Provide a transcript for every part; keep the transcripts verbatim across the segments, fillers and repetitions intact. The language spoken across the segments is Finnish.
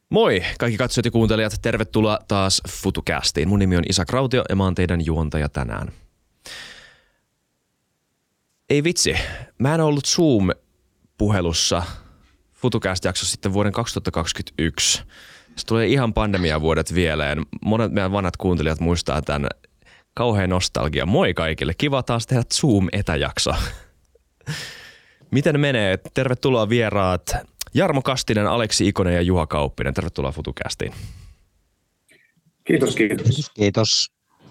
Moi kaikki katsojat ja kuuntelijat, tervetuloa taas FutuCastiin. Mun nimi on Isak Rautio ja mä oon teidän juontaja tänään. Ei vitsi, mä en ollut Zoom-puhelussa FutuCast-jaksossa sitten vuoden kaksituhattakaksikymmentäyksi. Se tulee ihan pandemiavuodet vieleen. Monet meidän vanhat kuuntelijat muistaa tämän kauhean nostalgia. Moi kaikille, kiva taas tehdä Zoom-etäjakso. Miten menee? Tervetuloa vieraat Jarmo Kastinen, Aleksi Ikonen ja Juha Kauppinen. Tervetuloa FutuCastiin. Kiitos, kiitos. Kiitos.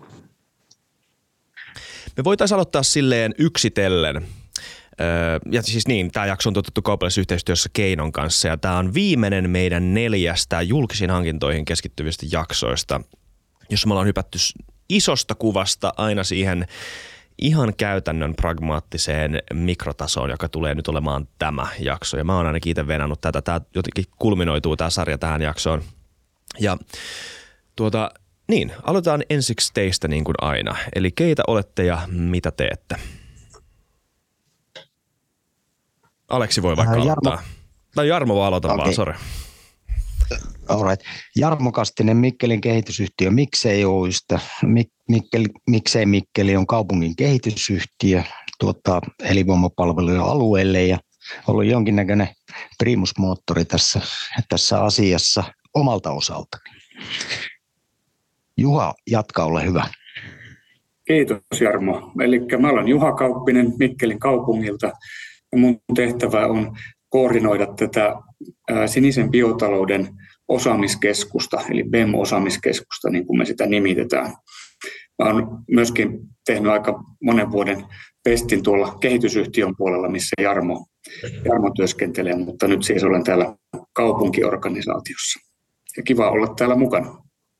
Me voitaisiin aloittaa silleen yksitellen. Öö, ja siis niin, tämä jakso on tuotettu kaupallisessa yhteistyössä Keinon kanssa ja tämä on viimeinen meidän neljästä julkisiin hankintoihin keskittyvistä jaksoista, jossa me ollaan hypätty isosta kuvasta aina siihen ihan käytännön pragmaattiseen mikrotasoon, joka tulee nyt olemaan tämä jakso. Ja mä oon ainakin itse venannut tätä. Tämä jotenkin kulminoituu tämä sarja tähän jaksoon. Ja tuota, niin, aloitetaan ensiksi teistä niin kuin aina. Eli keitä olette ja mitä teette? Aleksi voi vaikka Jarmo. aloittaa. Tai Jarmo voi aloittaa Okay. vaan, sori. Alright. Jarmo Kastinen, Mikkelin kehitysyhtiö Miksei Oystä. Mik, Mikkeli, Miksei Mikkeli on kaupungin kehitysyhtiö, tuottaa elinvoimapalveluja alueelle ja ollut jonkinnäköinen primusmoottori tässä, tässä asiassa omalta osaltani. Juha, jatka, ole hyvä. Kiitos Jarmo. Eli mä olen Juha Kauppinen Mikkelin kaupungilta ja mun tehtävä on koordinoida tätä sinisen biotalouden osaamiskeskusta, eli B E M-osaamiskeskusta, niin kuin me sitä nimitetään. Mä olen myöskin tehnyt aika monen vuoden pestin tuolla kehitysyhtiön puolella, missä Jarmo, Jarmo työskentelee, mutta nyt siis olen täällä kaupunkiorganisaatiossa. Ja kiva olla täällä mukana.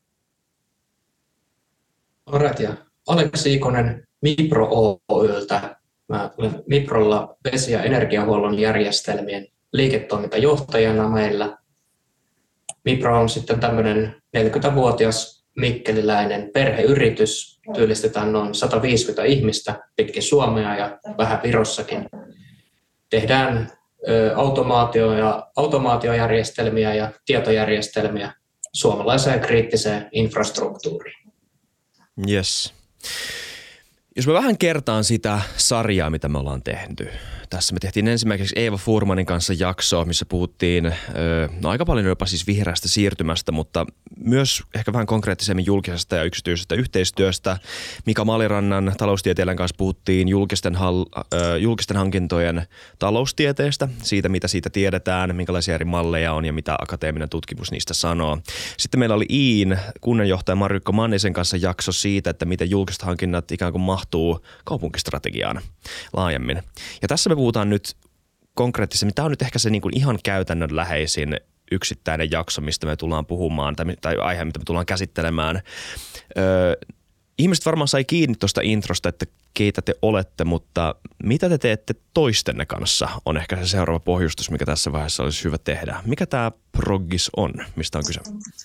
Alright, ja Aleksi Ikonen Mipro Oy:ltä. Mä olen Miprolla vesi- ja energiahuollon järjestelmien liiketoimintajohtajana meillä. Mipro on sitten tämmöinen neljäkymmentävuotias mikkeliläinen perheyritys. Työllistetään noin sata viisikymmentä ihmistä pitkin Suomea ja vähän Virossakin. Tehdään automaatio- ja automaatiojärjestelmiä ja tietojärjestelmiä suomalaiseen kriittiseen infrastruktuuriin. Yes. Jos mä vähän kertaan sitä sarjaa, mitä me ollaan tehty. Tässä me tehtiin ensimmäiseksi Eeva Furmanin kanssa jakso, missä puhuttiin no aika paljon jopa siis vihreästä siirtymästä, mutta myös ehkä vähän konkreettisemmin julkisesta ja yksityisestä yhteistyöstä. Mika Malirannan taloustieteilijän kanssa puhuttiin julkisten, hal- äh, julkisten hankintojen taloustieteestä, siitä mitä siitä tiedetään, minkälaisia eri malleja on ja mitä akateeminen tutkimus niistä sanoo. Sitten meillä oli Iin kunnanjohtaja Marjukka Mannisen kanssa jakso siitä, että miten julkiset hankinnat ikään kuin mahtuu kaupunkistrategiaan laajemmin. Ja tässä me puhutaan nyt konkreettisemmin. Tämä on nyt ehkä se niin kuin ihan käytännönläheisin yksittäinen jakso, mistä me tullaan puhumaan, tai, tai aihe, mitä me tullaan käsittelemään. Öö, ihmiset varmaan sai kiinni tuosta introsta, että keitä te olette, mutta mitä te teette toistenne kanssa on ehkä se seuraava pohjustus, mikä tässä vaiheessa olisi hyvä tehdä. Mikä tämä Proggis on? Mistä on kyse?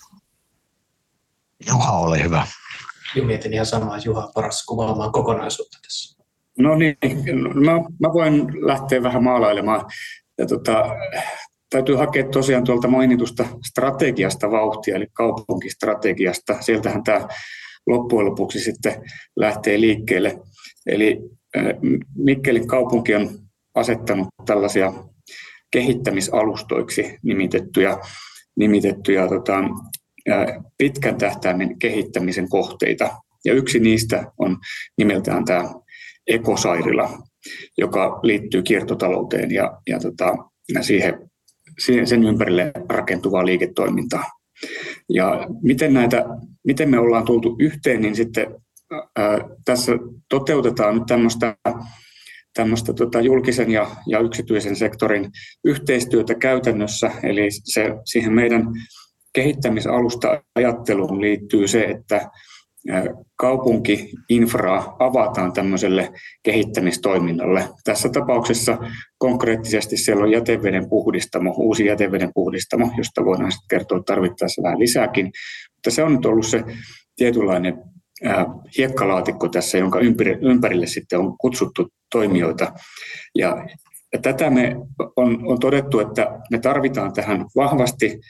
Juha, ole hyvä. Joo, mietin ihan samaa, että Juha on paras kuvaamaan kokonaisuutta tässä. No niin, mä, mä voin lähteä vähän maalailemaan. Ja tota, täytyy hakea tosiaan tuolta mainitusta strategiasta vauhtia, eli kaupunkistrategiasta. Sieltähän tämä loppujen lopuksi sitten lähtee liikkeelle. Eli Mikkelin kaupunki on asettanut tällaisia kehittämisalustoiksi nimitettyjä, nimitettyjä tota, pitkän tähtäimen kehittämisen kohteita. Ja yksi niistä on nimeltään tämä Ekosairila, joka liittyy kiertotalouteen ja, ja tota, siihen, siihen, sen ympärille rakentuvaa liiketoimintaa. Ja miten, näitä, miten me ollaan tultu yhteen, niin sitten ää, tässä toteutetaan nyt tämmöistä, tämmöistä tota, julkisen ja, ja yksityisen sektorin yhteistyötä käytännössä, eli se, siihen meidän kehittämisalusta-ajatteluun liittyy se, että kaupunki-infraa avataan tämmöiselle kehittämistoiminnalle. Tässä tapauksessa konkreettisesti siellä on jäteveden puhdistamo, uusi jäteveden puhdistamo, josta voidaan sitten kertoa tarvittaessa vähän lisääkin. Mutta se on nyt ollut se tietynlainen äh, hiekkalaatikko tässä, jonka ympärille sitten on kutsuttu toimijoita. Ja, ja tätä me on, on todettu, että me tarvitaan tähän vahvasti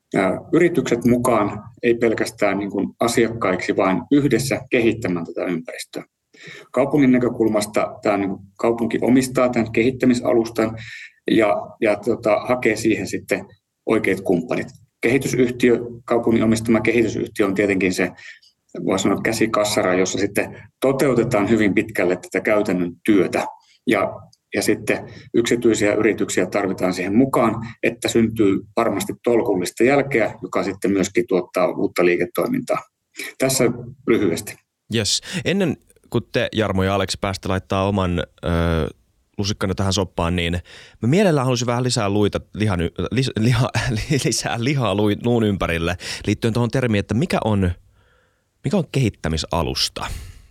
yritykset mukaan, ei pelkästään niin kuin asiakkaiksi, vaan yhdessä kehittämään tätä ympäristöä. Kaupungin näkökulmasta tämä niin kuin kaupunki omistaa tämän kehittämisalustan ja, ja tota, hakee siihen sitten oikeat kumppanit. Kehitysyhtiö, kaupungin omistama kehitysyhtiö on tietenkin se, voi sanoa käsikassara, jossa sitten toteutetaan hyvin pitkälle tätä käytännön työtä. Ja, ja sitten yksityisiä yrityksiä tarvitaan siihen mukaan, että syntyy varmasti tolkullista jälkeä, joka sitten myöskin tuottaa uutta liiketoimintaa. Tässä lyhyesti. Yes. Ennen kuin te, Jarmo ja Aleksi, päästä laittaa oman ö, lusikkanne tähän soppaan, niin mä mielellään haluaisin vähän lisää luita, lihan, lis, liha, lisää lihaa luun ympärille liittyen tuohon termiin, että mikä on, mikä on kehittämisalusta?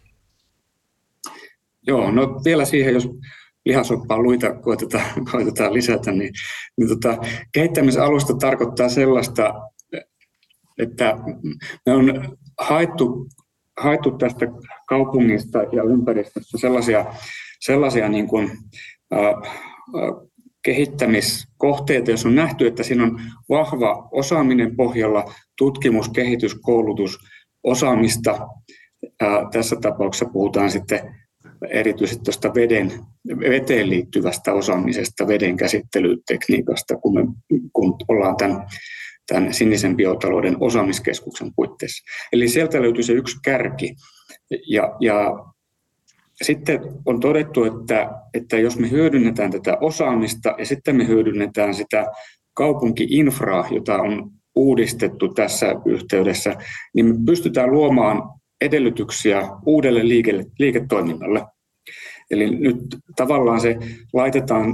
Joo, no vielä siihen, jos lihasoppaan luita koitetaan, koitetaan lisätä, niin, niin tota, kehittämisalusta tarkoittaa sellaista, että me on haettu, haettu tästä kaupungista ja ympäristöstä sellaisia, sellaisia niin kuin, äh, kehittämiskohteita, jos on nähty, että siinä on vahva osaaminen pohjalla, tutkimus, kehitys, koulutus, osaamista. Äh, tässä tapauksessa puhutaan sitten erityisesti tuosta veden, veteen liittyvästä osaamisesta, veden käsittelytekniikasta, kun, me, kun ollaan tämän, tämän sinisen biotalouden osaamiskeskuksen puitteissa. Eli sieltä löytyy se yksi kärki. Ja, ja sitten on todettu, että, että jos me hyödynnetään tätä osaamista ja sitten me hyödynnetään sitä kaupunki-infraa, jota on uudistettu tässä yhteydessä, niin me pystytään luomaan edellytyksiä uudelle liike- liiketoiminnalle. Eli nyt tavallaan se laitetaan,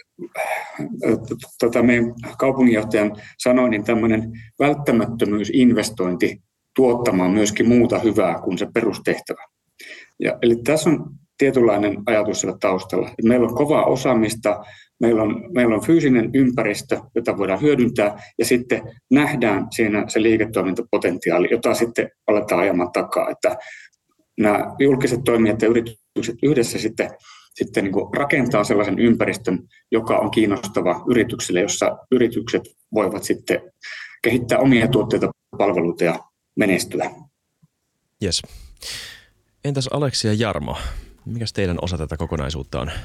tota meidän kaupunginjohtajan sanoi, niin tämmöinen välttämättömyysinvestointi tuottamaan myöskin muuta hyvää kuin se perustehtävä. Ja, eli tässä on tietynlainen ajatus siellä taustalla. Että meillä on kovaa osaamista, meillä on, meillä on fyysinen ympäristö, jota voidaan hyödyntää, ja sitten nähdään siinä se liiketoimintapotentiaali, jota sitten aletaan ajamaan takaa. Että nämä julkiset toimijat ja yritykset yhdessä sitten, sitten niin kuin rakentaa sellaisen ympäristön, joka on kiinnostava yrityksille, jossa yritykset voivat sitten kehittää omia tuotteita, palveluita ja menestyä. Yes. Entäs Aleksi ja Jarmo? Mikäs teidän osa tätä kokonaisuutta on?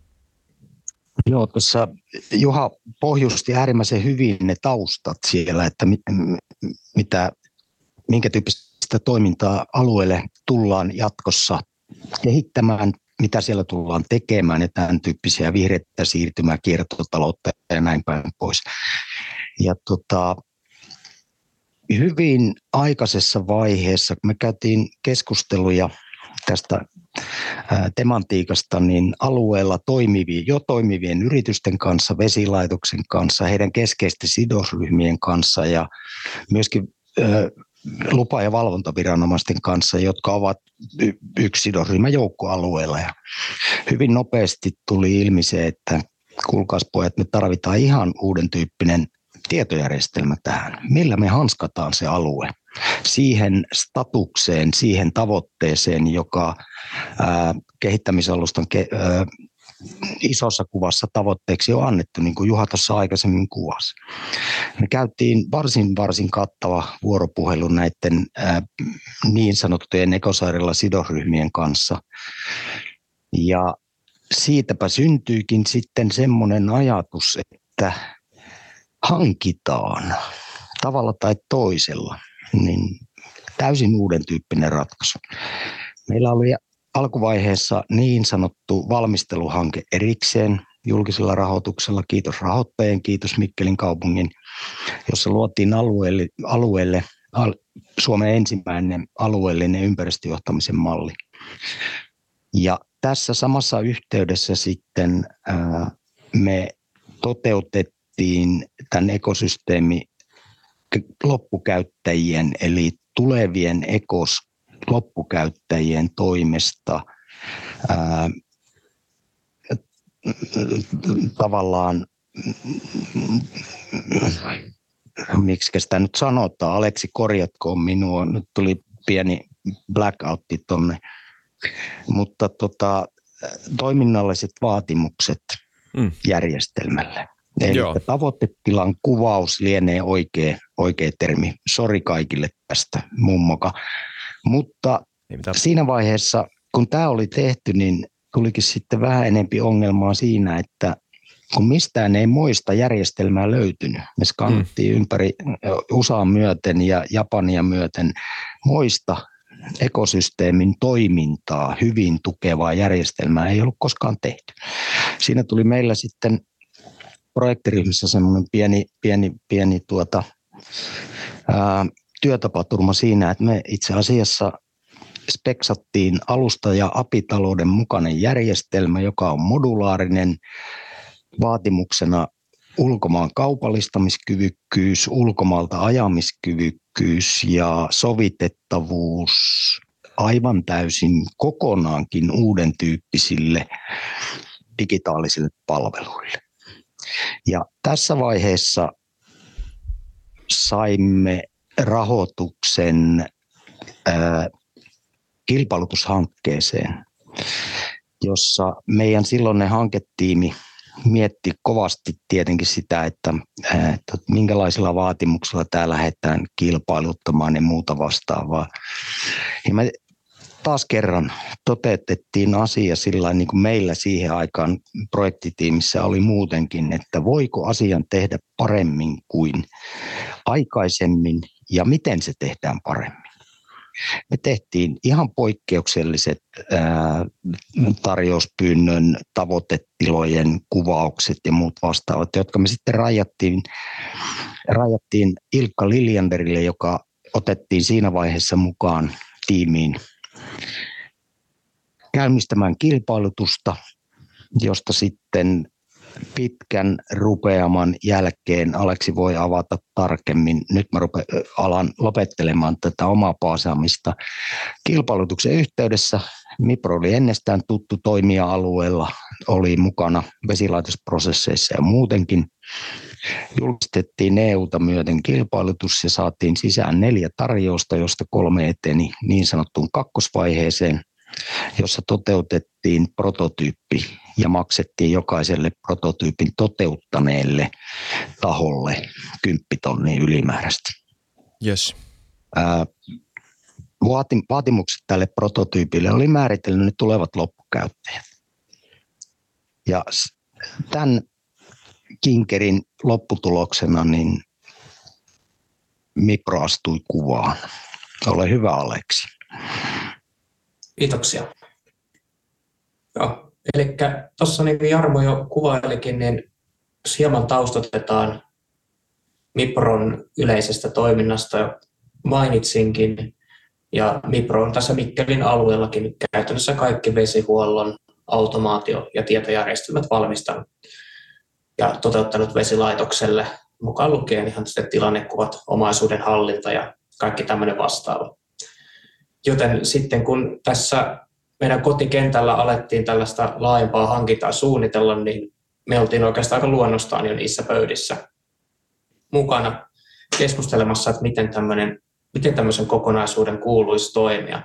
Joo, tuossa Juha pohjusti äärimmäisen hyvin ne taustat siellä, että mit, mitä, minkä tyyppistä toimintaa alueelle tullaan jatkossa kehittämään, mitä siellä tullaan tekemään ja tämän tyyppisiä vihreitä siirtymää, kiertotaloutta ja näin päin pois. Ja tota, hyvin aikaisessa vaiheessa, kun me käytiin keskusteluja tästä tematiikasta, niin alueella toimivien, jo toimivien yritysten kanssa, vesilaitoksen kanssa, heidän keskeisten sidosryhmien kanssa ja myöskin ö, lupa- ja valvontaviranomaisten kanssa, jotka ovat y- yksi sidosryhmä joukkoalueella. Ja hyvin nopeasti tuli ilmi se, että kuulkaas pojat, me tarvitaan ihan uuden tyyppinen tietojärjestelmä tähän. Millä me hanskataan se alue siihen statukseen, siihen tavoitteeseen, joka ää, kehittämisalustan ke, ää, isossa kuvassa tavoitteeksi on annettu, niin kuin Juha tuossa aikaisemmin kuvasi. Me käytiin varsin, varsin kattava vuoropuhelu näiden ää, niin sanottujen ekosairilla sidosryhmien kanssa. Ja siitäpä syntyykin sitten semmoinen ajatus, että hankitaan tavalla tai toisella niin täysin uuden tyyppinen ratkaisu. Meillä oli alkuvaiheessa niin sanottu valmisteluhanke erikseen julkisella rahoituksella, kiitos rahoittajien, kiitos Mikkelin kaupungin, jossa luotiin alueelle, alueelle Suomen ensimmäinen alueellinen ympäristöjohtamisen malli. Ja tässä samassa yhteydessä sitten ää, me toteutettiin tämän ekosysteemi loppukäyttäjien eli tulevien ekos loppukäyttäjien toimesta ää, tavallaan, miksi sitä nyt sanotaan, Aleksi korjatkoon minua, nyt tuli pieni blackoutti tuonne, mutta tota, toiminnalliset vaatimukset mm. järjestelmälle. Eli Joo. tavoitetilan kuvaus lienee oikea, oikea termi. Sori kaikille tästä, mummoka. Mutta siinä vaiheessa, kun tämä oli tehty, niin tulikin sitten vähän enempi ongelmaa siinä, että kun mistään ei muista järjestelmää löytynyt. Me skannattiin mm. ympäri U S A myöten ja Japania myöten muista ekosysteemin toimintaa, hyvin tukevaa järjestelmää ei ollut koskaan tehty. Siinä tuli meillä sitten projektiryhmässä semmoinen pieni, pieni, pieni tuota, ää, työtapaturma siinä, että me itse asiassa speksattiin alusta- ja apitalouden mukainen järjestelmä, joka on modulaarinen, vaatimuksena ulkomaan kaupallistamiskyvykkyys, ulkomaalta ajamiskyvykkyys ja sovitettavuus aivan täysin kokonaankin uuden tyyppisille digitaalisille palveluille. Ja tässä vaiheessa saimme rahoituksen ää, kilpailutushankkeeseen, jossa meidän silloinen hanketiimi mietti kovasti tietenkin sitä, että, että minkälaisilla vaatimuksilla tämä lähdetään kilpailuttamaan ja muuta vastaavaa. Ja me taas kerran toteutettiin asia sillä niin kuin meillä siihen aikaan projektitiimissä oli muutenkin, että voiko asian tehdä paremmin kuin aikaisemmin ja miten se tehdään paremmin. Me tehtiin ihan poikkeukselliset ää, tarjouspyynnön tavoitetilojen kuvaukset ja muut vastaavat, jotka me sitten rajattiin, rajattiin Ilkka Liljanderille, joka otettiin siinä vaiheessa mukaan tiimiin käynnistämään kilpailutusta, josta sitten pitkän rupeaman jälkeen Aleksi voi avata tarkemmin. Nyt mä rupe, alan lopettelemaan tätä omaa paasaamista. Kilpailutuksen yhteydessä Mipro oli ennestään tuttu toimija-alueella, oli mukana vesilaitosprosesseissa ja muutenkin. Julkistettiin E U:ta myöten kilpailutus ja saatiin sisään neljä tarjousta, josta kolme eteni niin sanottuun kakkosvaiheeseen, jossa toteutettiin prototyyppi ja maksettiin jokaiselle prototyypin toteuttaneelle taholle kymppitonnia ylimääräistä. Yes. Ää, vaatimukset tälle prototyypille oli määritellyt ne tulevat loppukäyttäjät. Ja tämän kinkerin lopputuloksena niin Mipro astui kuvaan. Ole hyvä, Aleksi. Kiitoksia. Joo, eli tuossa niin kuin Jarmo jo kuvailikin, niin hieman taustatetaan Mipron yleisestä toiminnasta. Mainitsinkin, ja Mipro on tässä Mikkelin alueellakin käytännössä kaikki vesihuollon, automaatio- ja tietojärjestelmät valmistanut ja toteuttanut vesilaitokselle, mukaan lukien ihan tilannekuvat, omaisuuden hallinta ja kaikki tämmöinen vastaava. Joten sitten kun tässä meidän kotikentällä alettiin tällaista laajempaa hankintaa suunnitella, niin me oltiin oikeastaan aika luonnostaan jo niissä pöydissä mukana keskustelemassa, että miten, tämmöinen, miten tämmöisen kokonaisuuden kuuluisi toimia.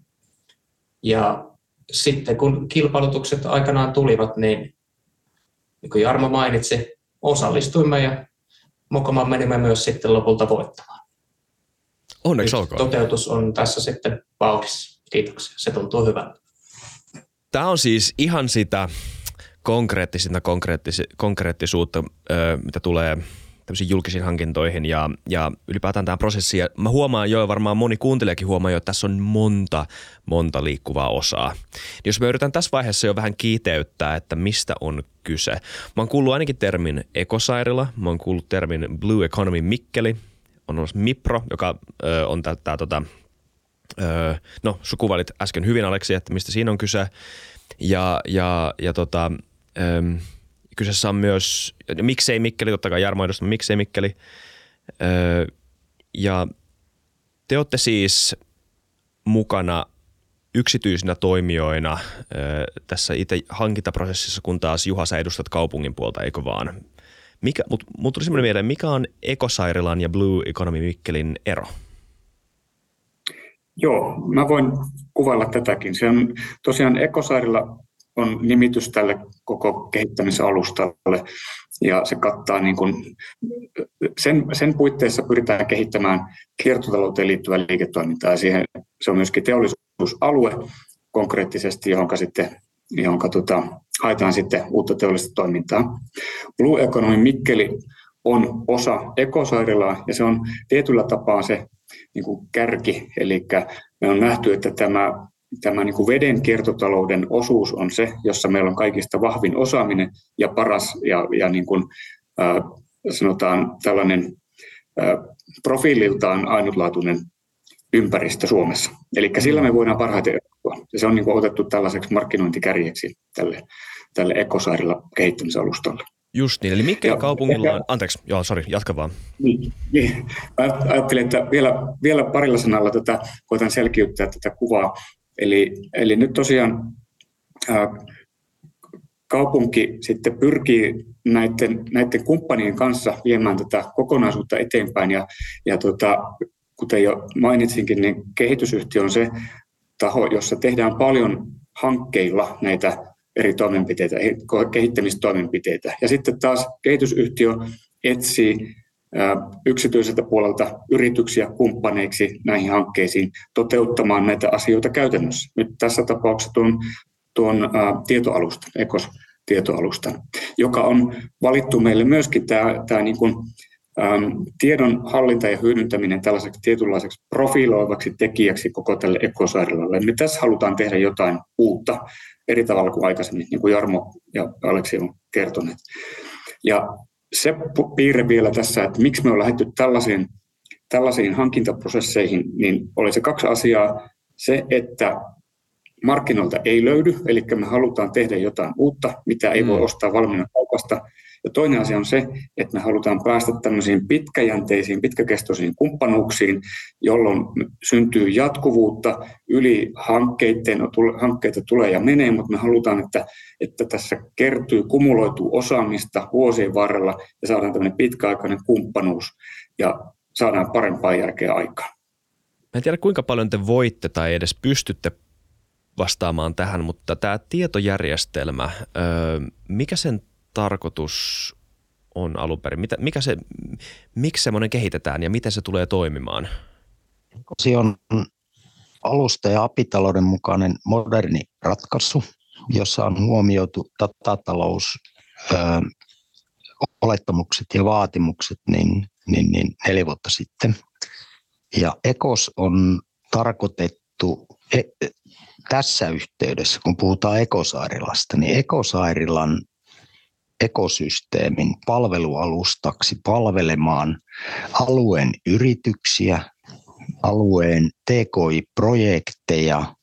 Ja sitten kun kilpailutukset aikanaan tulivat, niin niin kuin Jarmo mainitsi, osallistuimme ja mokomaan menimme myös sitten lopulta voittamaan. Onneksi olkoon. Toteutus on tässä sitten vauhdissa. Kiitoksia. Se tuntuu hyvältä. Tämä on siis ihan sitä konkreettista konkreettis- konkreettisuutta, mitä tulee tämmöisiin julkisiin hankintoihin ja, ja ylipäätään tämä prosessi. Ja mä huomaan jo, varmaan moni kuuntelijakin huomaa jo, että tässä on monta, monta liikkuvaa osaa. Jos mä yritän tässä vaiheessa jo vähän kiiteyttää, että mistä on kyse. Mä oon kuullut ainakin termin ekosairila, mä oon kuullut termin Blue Economy Mikkeli, on olemassa Mipro, joka ö, on tää tota, ö, no sä kuvailit äsken hyvin, Aleksi, että mistä siinä on kyse. Ja, ja, ja tota, ö, kyseessä on myös, miksei Mikkeli, totta kai Jarmo edustaa, miksei Mikkeli. Ö, ja te olette siis mukana yksityisinä toimijoina ö, tässä itse hankintaprosessissa, kun taas Juha, sä edustat kaupungin puolta, eikö vaan? Mikä, mut, mut tuli semmoinen mieleen, mikä on Ekosairilan ja Blue Economy Mikkelin ero? Joo, mä voin kuvailla tätäkin. Se on tosiaan Ekosairila on nimitys tälle koko kehittämisalustalle, ja se kattaa niin kuin, sen, sen puitteissa pyritään kehittämään kiertotalouteen liittyvää liiketoimintaa, ja siihen, se on myöskin teollisuusalue konkreettisesti, johon sitten johonka tota, haetaan sitten uutta teollista toimintaa. Blue Economy Mikkeli on osa ekosairaalaa, ja se on tietyllä tapaa se niin kuin kärki, eli me on nähty, että tämä, tämä niin kuin veden kiertotalouden osuus on se, jossa meillä on kaikista vahvin osaaminen ja paras ja, ja niin kuin, äh, sanotaan tällainen äh, profiililtaan ainutlaatuinen ympäristö Suomessa. Eli sillä me voidaan parhaiten erotua. Se on niin kuin otettu tällaiseksi markkinointikärjeksi tälle, tälle ekosairilla kehittämisalustalle. Just niin, eli Mikkelin kaupungilla on... Anteeksi, joo, sori, jatka vaan. Niin, niin. Ajattelin, että vielä, vielä parilla sanalla tätä, koitan selkiyttää tätä kuvaa. Eli, eli nyt tosiaan ää, kaupunki sitten pyrkii näiden, näiden kumppanien kanssa viemään tätä kokonaisuutta eteenpäin. Ja, ja tota, kuten jo mainitsinkin, niin kehitysyhtiö on se taho, jossa tehdään paljon hankkeilla näitä eri toimenpiteitä, kehittämistoimenpiteitä. Ja sitten taas kehitysyhtiö etsii yksityiseltä puolelta yrityksiä kumppaneiksi näihin hankkeisiin toteuttamaan näitä asioita käytännössä. Nyt tässä tapauksessa tuon, tuon ä, tietoalustan, EKOS-tietoalustan, joka on valittu meille myöskin tämä, tämä niin kuin, äm, tiedon hallinta ja hyödyntäminen tällaiseksi tietynlaiseksi profiloivaksi tekijäksi koko tälle ekosairaalalle. Me tässä halutaan tehdä jotain uutta eri tavalla kuin aikaisemmin, niin kuin Jarmo ja Aleksi on kertoneet. Ja se piirre vielä tässä, että miksi me on lähdetty tällaisiin, tällaisiin hankintaprosesseihin, niin oli se kaksi asiaa. Se, että markkinoilta ei löydy, eli me halutaan tehdä jotain uutta, mitä ei voi ostaa valmiina kaupasta. Ja toinen asia on se, että me halutaan päästä tämmöisiin pitkäjänteisiin, pitkäkestoisiin kumppanuuksiin, jolloin syntyy jatkuvuutta yli hankkeiden, hankkeita tulee ja menee, mutta me halutaan, että, että tässä kertyy, kumuloituu osaamista vuosien varrella ja saadaan tämmöinen pitkäaikainen kumppanuus ja saadaan parempaa järkeä aikaan. Mä en tiedä, kuinka paljon te voitte tai edes pystytte vastaamaan tähän, mutta tämä tietojärjestelmä, mikä sen tarkoitus on alun perin? Mitä, mikä se, miksi semmoinen kehitetään ja miten se tulee toimimaan? Se on alusta- ja apitalouden mukainen moderni ratkaisu, jossa on huomioitu datatalous, ö, olettamukset ja vaatimukset niin, niin, niin neljä vuotta sitten. Ja EKOS on tarkoitettu e, tässä yhteydessä, kun puhutaan Ekosairilasta, niin Ekosairilan ekosysteemin palvelualustaksi palvelemaan alueen yrityksiä, alueen T K I-projekteja,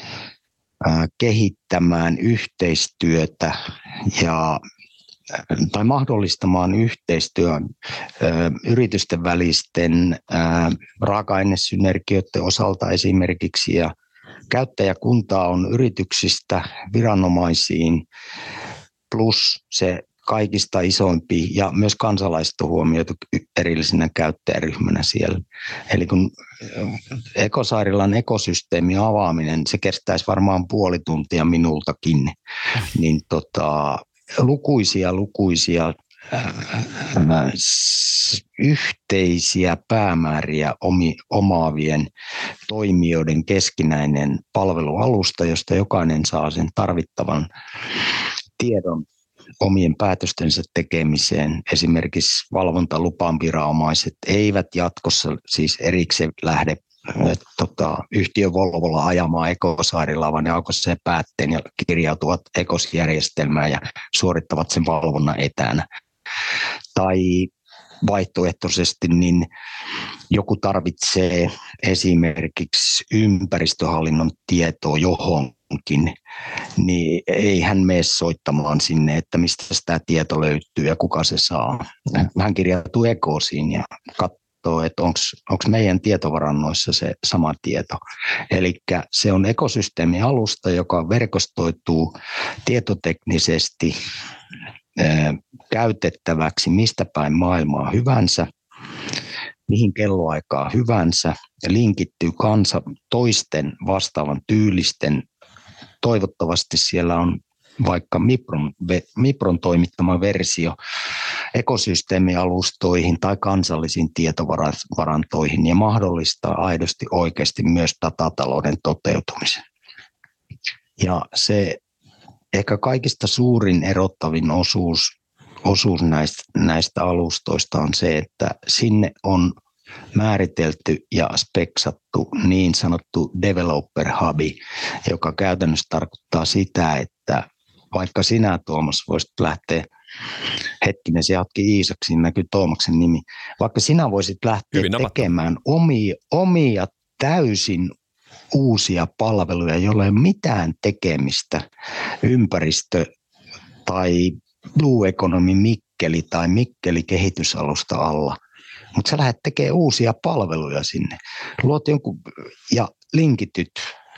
kehittämään yhteistyötä ja tai mahdollistamaan yhteistyön yritysten välisten raaka-ainesynergioiden osalta esimerkiksi, ja käyttäjäkuntaa on yrityksistä viranomaisiin, plus se kaikista isoimpi ja myös kansalaiset on huomioitu erillisenä käyttäjäryhmänä siellä. Eli kun Ekosairilan ekosysteemin avaaminen, se kestäisi varmaan puoli tuntia minultakin, niin tota, lukuisia, lukuisia äh, yhteisiä päämääriä omi, omaavien toimijoiden keskinäinen palvelualusta, josta jokainen saa sen tarvittavan tiedon omien päätöstensä tekemiseen. Esimerkiksi valvontalupaan viranomaiset eivät jatkossa siis erikseen lähde tota, yhtiö Volvolla ajamaan Ekosairilla, vaan ne aukoivat sen päätteen ja kirjautuvat ekosjärjestelmään ja suorittavat sen valvonnan etänä. Tai vaihtoehtoisesti niin joku tarvitsee esimerkiksi ympäristöhallinnon tietoa johonkin, niin ei hän mene soittamaan sinne, että mistä tämä tieto löytyy ja kuka se saa. Hän kirjautuu Ekosiin ja katsoo, että onko meidän tietovarannoissa se sama tieto. Eli se on ekosysteemin alusta, joka verkostoituu tietoteknisesti käytettäväksi mistä päin maailmaa hyvänsä, mihin kelloaikaa hyvänsä, ja linkittyy kansa toisten vastaavan tyylisten. Toivottavasti siellä on vaikka Mipron, Mipron toimittama versio ekosysteemialustoihin tai kansallisiin tietovarantoihin ja mahdollistaa aidosti oikeasti myös datatalouden toteutumisen. Ja se ehkä kaikista suurin erottavin osuus, osuus näistä, näistä alustoista on se, että sinne on määritelty ja speksattu niin sanottu developer hubi, joka käytännössä tarkoittaa sitä, että vaikka sinä, Tuomas, voisit lähteä, hetkinen, se jatki Iisaksi, näkyy Tuomaksen nimi, vaikka sinä voisit lähteä tekemään omia, omia täysin uusia palveluja, joilla ei ole mitään tekemistä ympäristö- tai Blue Economy Mikkeli tai Mikkeli kehitysalusta alla, mutta sä lähdet tekemään uusia palveluja sinne. Luot jonkun ja linkityt.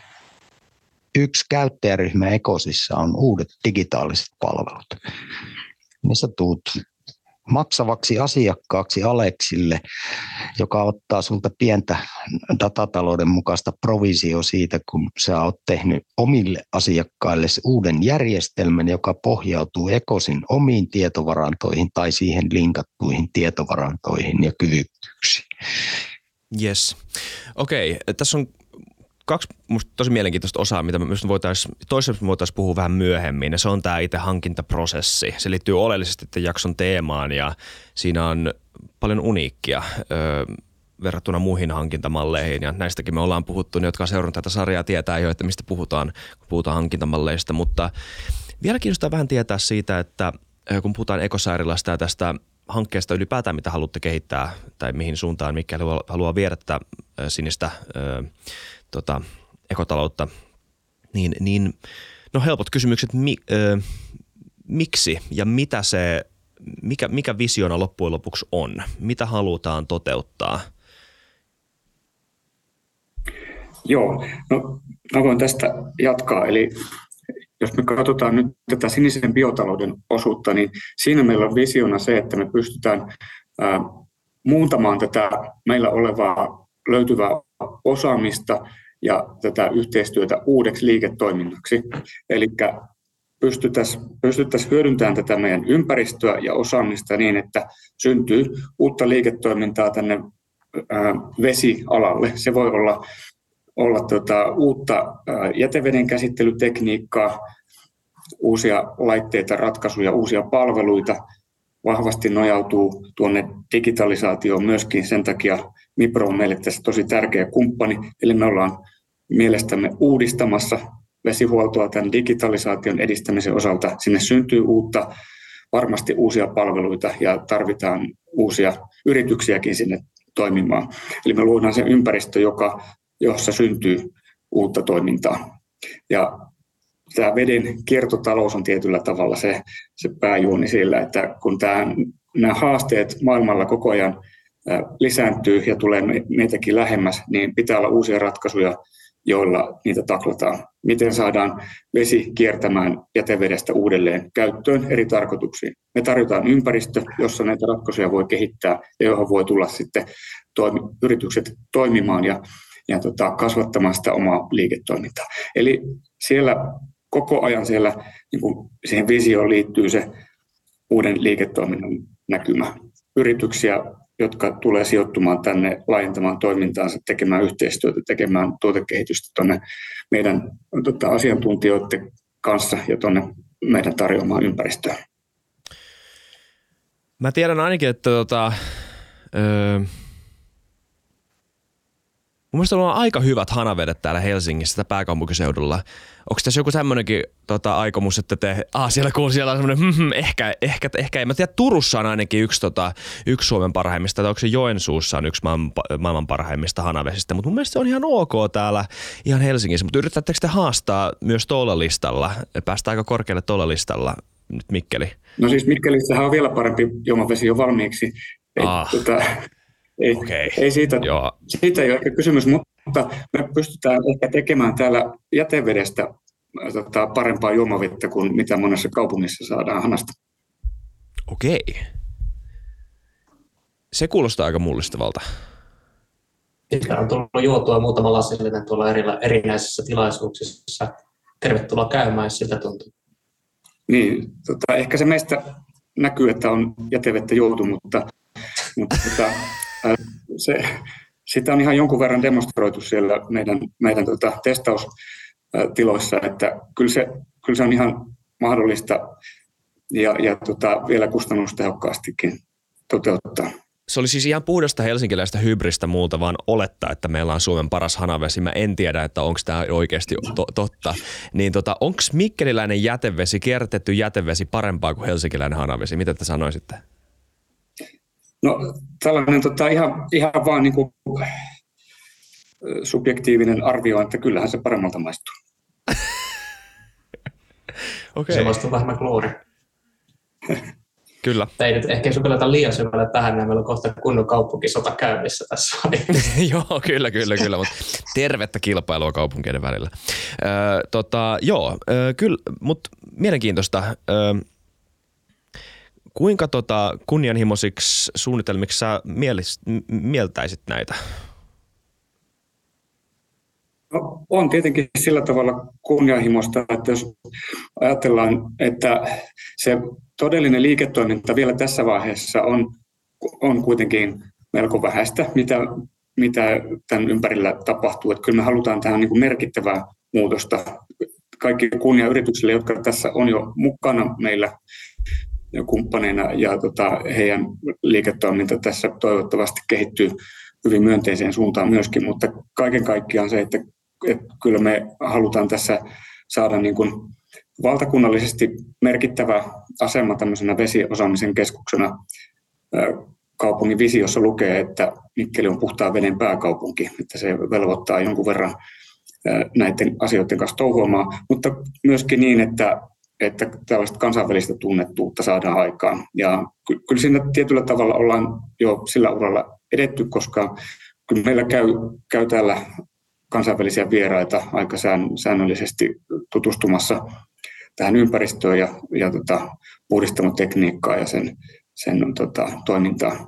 Yksi käyttäjäryhmä Ekosissa on uudet digitaaliset palvelut. Missä tuut maksavaksi asiakkaaksi Alexille, joka ottaa sulta pientä datatalouden mukaista provisio siitä, kun sä oot tehnyt omille asiakkaille uuden järjestelmän, joka pohjautuu Ekosin omiin tietovarantoihin tai siihen linkattuihin tietovarantoihin ja kyvykkyyksiin. Yes. Okei, okay. Tässä on kaksi musta tosi mielenkiintoista osaa, mitä me voitaisiin, toisaalta voitaisiin puhua vähän myöhemmin, ja se on tämä itse hankintaprosessi. Se liittyy oleellisesti tämän jakson teemaan, ja siinä on paljon uniikkia ö, verrattuna muihin hankintamalleihin, ja näistäkin me ollaan puhuttu, ne jotka on seurannut tätä sarjaa tietää jo, että mistä puhutaan, kun puhutaan hankintamalleista, mutta vielä kiinnostaa vähän tietää siitä, että kun puhutaan Ekosairalasta ja tästä hankkeesta ylipäätään, mitä haluatte kehittää, tai mihin suuntaan mikäli haluaa viedä tätä sinistä ö, Tota, ekotaloutta, niin, niin no helpot kysymykset, mi, ö, miksi ja mitä se, mikä, mikä visiona loppujen lopuksi on? Mitä halutaan toteuttaa? Joo, no mä voin tästä jatkaa. Eli jos me katsotaan nyt tätä sinisen biotalouden osuutta, niin siinä meillä on visiona se, että me pystytään ää, muuntamaan tätä meillä olevaa löytyvää osaamista ja tätä yhteistyötä uudeksi liiketoiminnaksi. Eli pystyttäisiin pystyttäisiin hyödyntämään tätä meidän ympäristöä ja osaamista niin, että syntyy uutta liiketoimintaa tänne ää, vesialalle. Se voi olla, olla tota, uutta ää, jäteveden käsittelytekniikkaa, uusia laitteita, ratkaisuja, uusia palveluita. Vahvasti nojautuu tuonne digitalisaatioon myöskin, sen takia Mipro on meille tässä tosi tärkeä kumppani, eli me ollaan mielestämme uudistamassa vesihuoltoa tämän digitalisaation edistämisen osalta. Sinne syntyy uutta, varmasti uusia palveluita ja tarvitaan uusia yrityksiäkin sinne toimimaan. Eli me luodaan se ympäristö, joka, jossa syntyy uutta toimintaa. Ja tämä veden kiertotalous on tietyllä tavalla se, se pääjuoni sillä, että kun tämä, nämä haasteet maailmalla koko ajan lisääntyy ja tulee meitäkin lähemmäs, niin pitää olla uusia ratkaisuja, joilla niitä taklataan. Miten saadaan vesi kiertämään jätevedestä uudelleen käyttöön eri tarkoituksiin. Me tarjotaan ympäristö, jossa näitä ratkaisuja voi kehittää ja johon voi tulla sitten toimi, yritykset toimimaan ja, ja tota, kasvattamaan sitä omaa liiketoimintaa. Eli siellä koko ajan siellä niin kuin siihen visioon liittyy se uuden liiketoiminnan näkymä. Yrityksiä, jotka tulee sijoittumaan tänne, laajentamaan toimintaansa, tekemään yhteistyötä, tekemään tuotekehitystä tuonne meidän tota, asiantuntijoiden kanssa ja tuonne meidän tarjoamaan ympäristöön. Mä tiedän ainakin, että tota, öö, mun mielestä on aika hyvät hanavedet täällä Helsingissä, pääkaupunkiseudulla. Onko tässä joku semmoinenkin tota, aikomus, että te, ah, siellä kun siellä on semmoinen, hmm, ehkä, ehkä, ehkä, en mä tiedä, Turussa on ainakin yksi, tota, yksi Suomen parhaimmista, tai onko se Joensuussa on yksi maailman, maailman parhaimmista hanavesistä, mutta mun mielestä se on ihan ok täällä ihan Helsingissä, mutta yritättekö te haastaa myös tuolla listalla, päästä aika korkealle tuolla listalla nyt Mikkeli? No siis Mikkelissähän on vielä parempi juomavesi jo valmiiksi. Ah. Ei, tota, Ei, okay. ei siitä, siitä ei ole ehkä kysymys, mutta me pystytään ehkä tekemään täällä jätevedestä tota, parempaa juomavettä kuin mitä monessa kaupungissa saadaan hanasta. Okei. Se kuulostaa aika mullistavalta. Sitten on tullut juotua muutama lasillinen tuolla erinäisissä tilaisuuksissa. Tervetuloa käymään, jos siltä tuntuu. Niin, tota, ehkä se meistä näkyy, että on jätevettä joutu, mutta, mutta tota, se, sitä on ihan jonkun verran demonstroitu siellä meidän, meidän tota, testaustiloissa, että kyllä se, kyllä se on ihan mahdollista ja, ja tota, vielä kustannustehokkaastikin toteuttaa. Se oli siis ihan puhdasta helsinkiläistä hybristä multa vaan olettaa, että meillä on Suomen paras hanavesi. Mä en tiedä, että onko tämä oikeasti to- totta. Niin tota, onko mikkeliläinen jätevesi, kierrätetty jätevesi parempaa kuin helsinkiläinen hanavesi? Mitä te sanoisitte? No tällainen tota, ihan, ihan vaan niin kuin subjektiivinen arvio, että kyllähän se paremmalta maistuu. Okay. Se maistuu vähemmän kloori. Kyllä. Ei nyt ehkä sukelleta liian syvälle tähän, niin meillä on kohta kunnon kaupunkisota käynnissä tässä. Joo, kyllä, kyllä, kyllä, mutta tervettä kilpailua kaupunkien välillä. Öö, tota, joo, öö, kyllä, mutta mielenkiintoista. Öö, kuinka tota, kunnianhimoisiksi suunnitelmiksi sä mielis, mieltäisit näitä? No, on tietenkin sillä tavalla kunnianhimoista, että jos ajatellaan, että se todellinen liiketoiminta vielä tässä vaiheessa on, on kuitenkin melko vähäistä, mitä, mitä tämän ympärillä tapahtuu. Että kyllä me halutaan tähän niin kuin merkittävää muutosta. Kaikki kunnia yrityksille, jotka tässä on jo mukana meillä kumppaneina ja tota, heidän liiketoiminta tässä toivottavasti kehittyy hyvin myönteiseen suuntaan myöskin, mutta kaiken kaikkiaan se, että, että kyllä me halutaan tässä saada niin kuin valtakunnallisesti merkittävä asema tämmöisenä vesiosaamisen keskuksena. Kaupungin visiossa lukee, että Mikkeli on puhtaan veden pääkaupunki, että se velvoittaa jonkun verran näiden asioiden kanssa touhuamaan, mutta myöskin niin, että, että tällaista kansainvälistä tunnettuutta saadaan aikaan. Ja kyllä siinä tietyllä tavalla ollaan jo sillä uralla edetty, koska kyllä meillä käy, käy täällä kansainvälisiä vieraita aika säännöllisesti tutustumassa tähän ympäristöön ja, ja tota, puhdistamotekniikkaa ja sen, sen tota, toimintaa.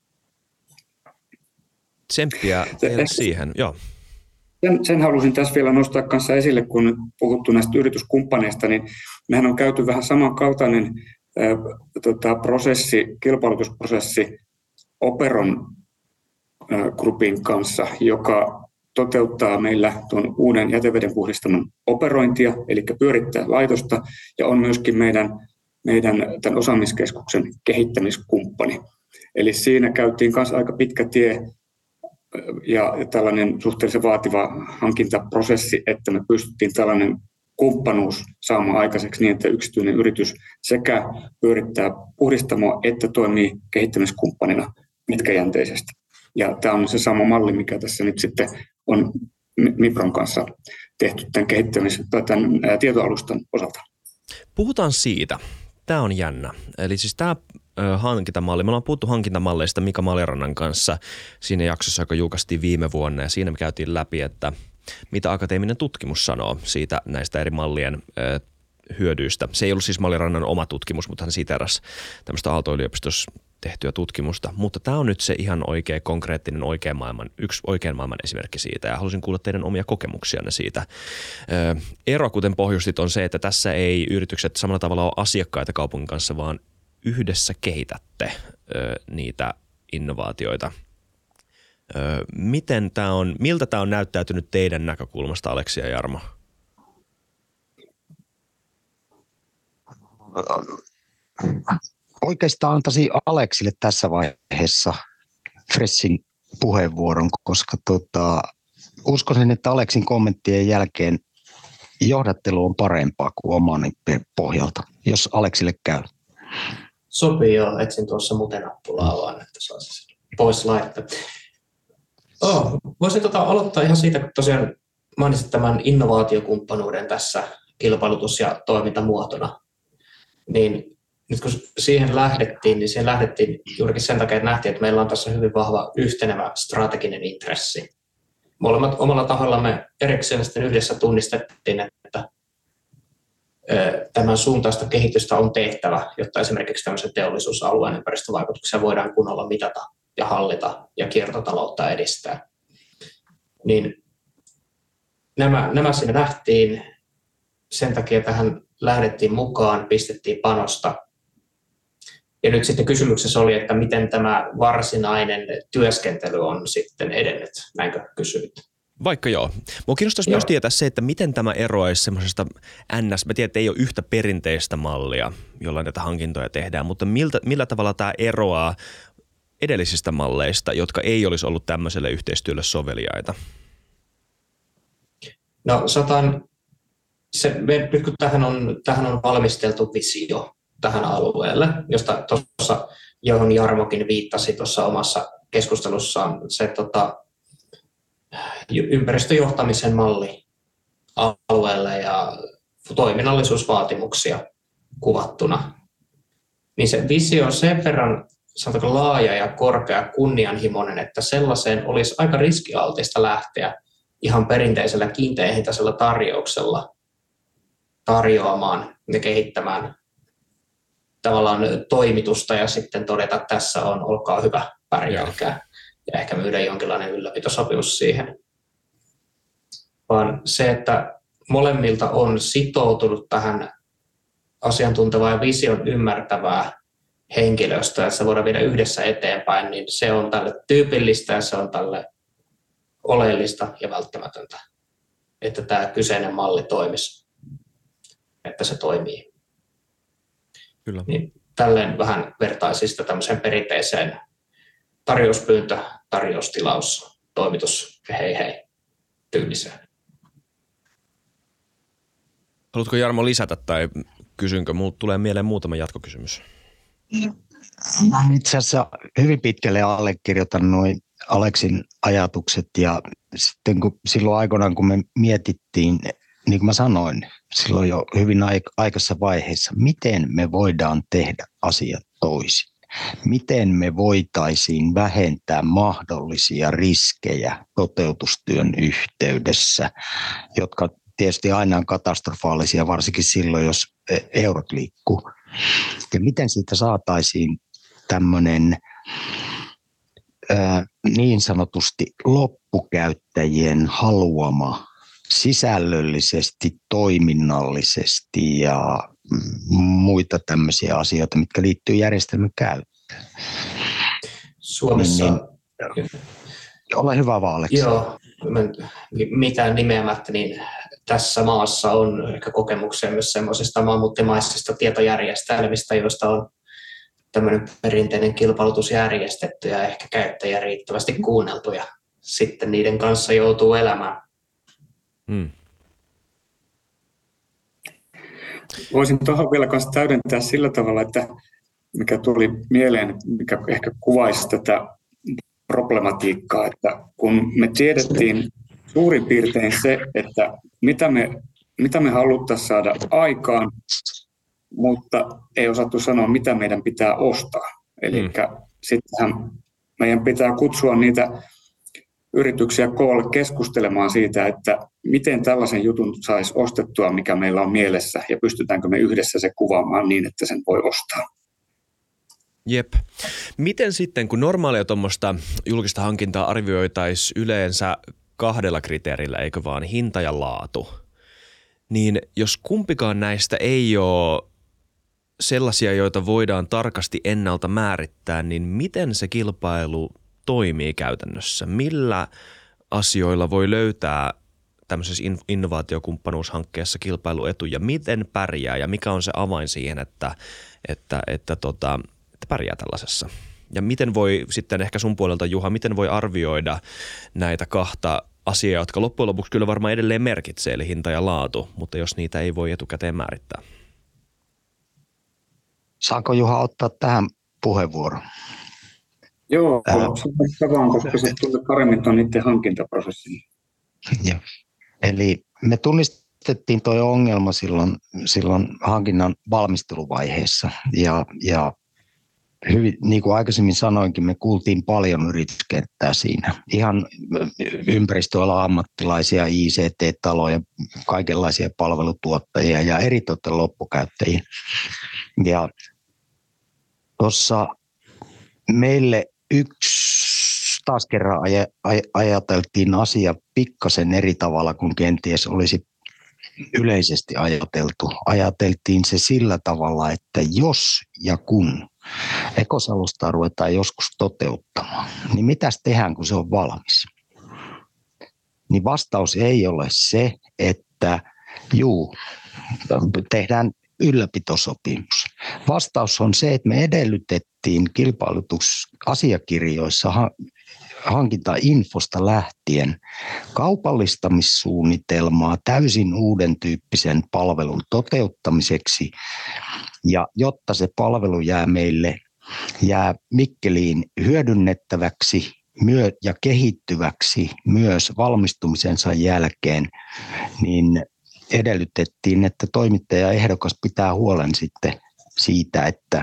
Tsemppiä teille siihen, joo. Sen, sen halusin tässä vielä nostaa kanssa esille, kun puhuttu näistä yrityskumppaneista, niin mehän on käyty vähän samankaltainen ää, tota, prosessi, kilpailutusprosessi Operon ää, grupin kanssa, joka toteuttaa meillä tuon uuden jätevedenpuhdistamon operointia, eli pyörittää laitosta, ja on myöskin meidän, meidän tämän osaamiskeskuksen kehittämiskumppani. Eli siinä käytiin kanssa aika pitkä tie ja tällainen suhteellisen vaativa hankintaprosessi, että me pystyttiin tällainen kumppanuus saamaan aikaiseksi niin, että yksityinen yritys sekä pyörittää puhdistamoa että toimii kehittämiskumppanina pitkäjänteisesti. Ja tämä on se sama malli, mikä tässä nyt sitten on Mipron kanssa tehty tämän kehittämis- tai tämän tietoalustan osalta. Puhutaan siitä. Tämä on jännä. Eli siis tämä hankintamalli, me ollaan puhuttu hankintamalleista Mika Maljarannan kanssa siinä jaksossa, joka julkaistiin viime vuonna, ja siinä me käytiin läpi, että mitä akateeminen tutkimus sanoo siitä näistä eri mallien ö, hyödyistä. Se ei ollut siis Maljarannan oma tutkimus, mutta hän siteerasi tämmöistä Aalto-yliopistossa tehtyä tutkimusta, mutta tämä on nyt se ihan oikea, konkreettinen, oikean maailman, yksi oikean maailman esimerkki siitä, ja halusin kuulla teidän omia kokemuksianne siitä. Ö, ero, kuten pohjustit, on se, että tässä ei yritykset samalla tavalla ole asiakkaita kaupungin kanssa, vaan yhdessä kehitätte ö, niitä innovaatioita. Ö, miten tämä on, miltä tämä on näyttäytynyt teidän näkökulmasta, Aleksi ja Jarmo? Oikeastaan antaisin Aleksille tässä vaiheessa Freshin puheenvuoron, koska tota, uskoisin, että Aleksin kommenttien jälkeen johdattelu on parempaa kuin oman pohjalta, jos Aleksille käy. Sopii jo, etsin tuossa mutenappulaa vaan, että saa se pois laittaa. Oh, voisin tota aloittaa ihan siitä, kun tosiaan mainitsit tämän innovaatiokumppanuuden tässä kilpailutus- ja toimintamuotona. Niin nyt kun siihen lähdettiin, niin siihen lähdettiin juurikin sen takia, että nähtiin, että meillä on tässä hyvin vahva yhtenevä strateginen intressi. Molemmat omalla tahollamme erikseen sitten yhdessä tunnistettiin, että tämän suuntaista kehitystä on tehtävä, jotta esimerkiksi tämmöisen teollisuusalueen ympäristövaikutuksia voidaan kunnolla mitata ja hallita ja kiertotaloutta edistää. Niin nämä, nämä siinä nähtiin, sen takia tähän lähdettiin mukaan, pistettiin panosta. Ja nyt sitten kysymyksessä oli, että miten tämä varsinainen työskentely on sitten edennyt, näinkö kysyit? Vaikka joo. Mua kiinnostaisi joo. myös tietää se, että miten tämä eroaisi semmoisesta N S, mä tiedän, että ei ole yhtä perinteistä mallia, jolla näitä hankintoja tehdään, mutta miltä, millä tavalla tämä eroaa edellisistä malleista, jotka ei olisi ollut tämmöiselle yhteistyölle soveliaita? No sataan, se, me, nyt kun tähän on, tähän on valmisteltu visio tähän alueelle, josta tuossa johon Jarmokin viittasi tuossa omassa keskustelussaan, se tota, ympäristöjohtamisen malli alueelle ja toiminnallisuusvaatimuksia kuvattuna, niin se visio on sen verran sanotaanko laaja ja korkea kunnianhimoinen, että sellaiseen olisi aika riskialtista lähteä ihan perinteisellä kiinteähintaisella tarjouksella tarjoamaan ja kehittämään tavallaan toimitusta ja sitten todeta, että tässä on, olkaa hyvä, pärjääkää. Ja ehkä myydä jonkinlainen ylläpitosopimus siihen. Vaan se, että molemmilta on sitoutunut tähän asiantuntevaa ja vision ymmärtävää henkilöstöä, että se voidaan viedä yhdessä eteenpäin, niin se on tälle tyypillistä ja se on tälle oleellista ja välttämätöntä, että tämä kyseinen malli toimisi, että se toimii. Kyllä. Niin tälleen vähän vertaisi sitä tämmöiseen perinteiseen tarjouspyyntö, tarjoustilaus, toimitus, hei hei, tyyliseen. Haluatko Jarmo lisätä tai kysynkö? Mulle tulee mieleen muutama jatkokysymys. Itse asiassa hyvin pitkälle allekirjoitan noin Aleksin ajatukset ja sitten kun silloin aikoinaan kun me mietittiin, niin kuin mä sanoin, silloin jo hyvin aikaisessa vaiheessa, miten me voidaan tehdä asiat toisin. Miten me voitaisiin vähentää mahdollisia riskejä toteutustyön yhteydessä, jotka tietysti aina on katastrofaalisia, varsinkin silloin, jos eurot liikkuu. Ja miten siitä saataisiin tämmöinen ää, niin sanotusti loppukäyttäjien haluama sisällöllisesti, toiminnallisesti ja muita tämmöisiä asioita, mitkä liittyy järjestelmän käyttöön. Suomessa... Niin, niin, ole hyvä vaan, Aleksi. Joo, mitään nimeämättä, niin tässä maassa on ehkä kokemuksia myös semmoisista mammuttimaisista tietojärjestelmistä, joista on tämmöinen perinteinen kilpailutus järjestetty ja ehkä käyttäjä riittävästi kuunneltu ja sitten niiden kanssa joutuu elämään. Hmm. Voisin tuohon vielä kanssa täydentää sillä tavalla, että mikä tuli mieleen, mikä ehkä kuvaisi tätä problematiikkaa, että kun me tiedettiin suurin piirtein se, että mitä me, mitä me haluttaisiin saada aikaan, mutta ei osattu sanoa, mitä meidän pitää ostaa. Eli mm. sittenhän meidän pitää kutsua niitä yrityksiä koolle keskustelemaan siitä, että miten tällaisen jutun saisi ostettua, mikä meillä on mielessä, ja pystytäänkö me yhdessä se kuvaamaan niin, että sen voi ostaa. Jep. Miten sitten, kun normaalia tuommoista julkista hankintaa arvioitaisiin yleensä kahdella kriteerillä, eikö vaan hinta ja laatu, niin jos kumpikaan näistä ei ole sellaisia, joita voidaan tarkasti ennalta määrittää, niin miten se kilpailu toimii käytännössä? Millä asioilla voi löytää tämmöisessä innovaatiokumppanuushankkeessa kilpailuetuja? Miten pärjää ja mikä on se avain siihen, että, että, että, tota, että pärjää tällaisessa? Ja miten voi sitten ehkä sun puolelta, Juha, miten voi arvioida näitä kahta asiaa, jotka loppujen lopuksi kyllä varmaan edelleen merkitsee, eli hinta ja laatu, mutta jos niitä ei voi etukäteen määrittää? Saanko Juha ottaa tähän puheenvuoron? Joo, äh, se vaan, koska se tulee paremmin tuon niiden hankintaprosessiin. Joo. Eli me tunnistettiin tuo ongelma silloin, silloin hankinnan valmisteluvaiheessa ja, ja hyvin, niin kuin aikaisemmin sanoinkin, me kuultiin paljon yrityskenttää siinä. Ihan ympäristöalan ammattilaisia, I C T-taloja, kaikenlaisia palvelutuottajia ja eritoten loppukäyttäjiä. Ja tuossa meille yksi taas kerran aj- aj- ajateltiin asia pikkasen eri tavalla kuin kenties olisi yleisesti ajateltu. Ajateltiin se sillä tavalla, että jos ja kun ekosalustaa ruvetaan joskus toteuttamaan, niin mitäs tehdään, kun se on valmis? Niin vastaus ei ole se, että juu, tehdään ylläpitosopimus. Vastaus on se, että me edellytettiin kilpailutusasiakirjoissa hankintainfosta lähtien kaupallistamissuunnitelmaa täysin uuden tyyppisen palvelun toteuttamiseksi. Ja jotta se palvelu jää meille, jää Mikkeliin hyödynnettäväksi ja kehittyväksi myös valmistumisensa jälkeen, niin edellytettiin, että toimittaja ehdokas pitää huolen sitten siitä, että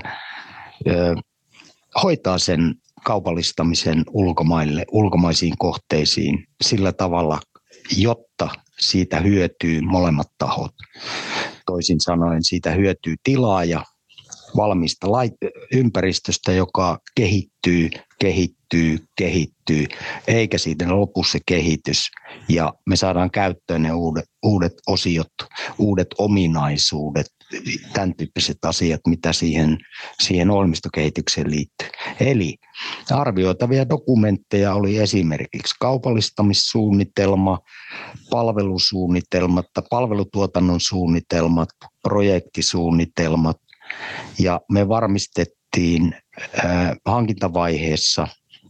ö, hoitaa sen kaupallistamisen ulkomaille, ulkomaisiin kohteisiin sillä tavalla, jotta siitä hyötyy molemmat tahot. Toisin sanoen siitä hyötyy tilaaja valmista ympäristöstä, joka kehittyy, kehittyy, kehittyy, eikä siitä lopu se kehitys. Ja me saadaan käyttöön ne uudet, uudet osiot, uudet ominaisuudet, tämän tyyppiset asiat, mitä siihen, siihen ohjelmistokehitykseen liittyy. Eli arvioitavia dokumentteja oli esimerkiksi kaupallistamissuunnitelma, palvelusuunnitelmat, palvelutuotannon suunnitelmat, projektisuunnitelmat, ja me varmistettiin äh, hankintavaiheessa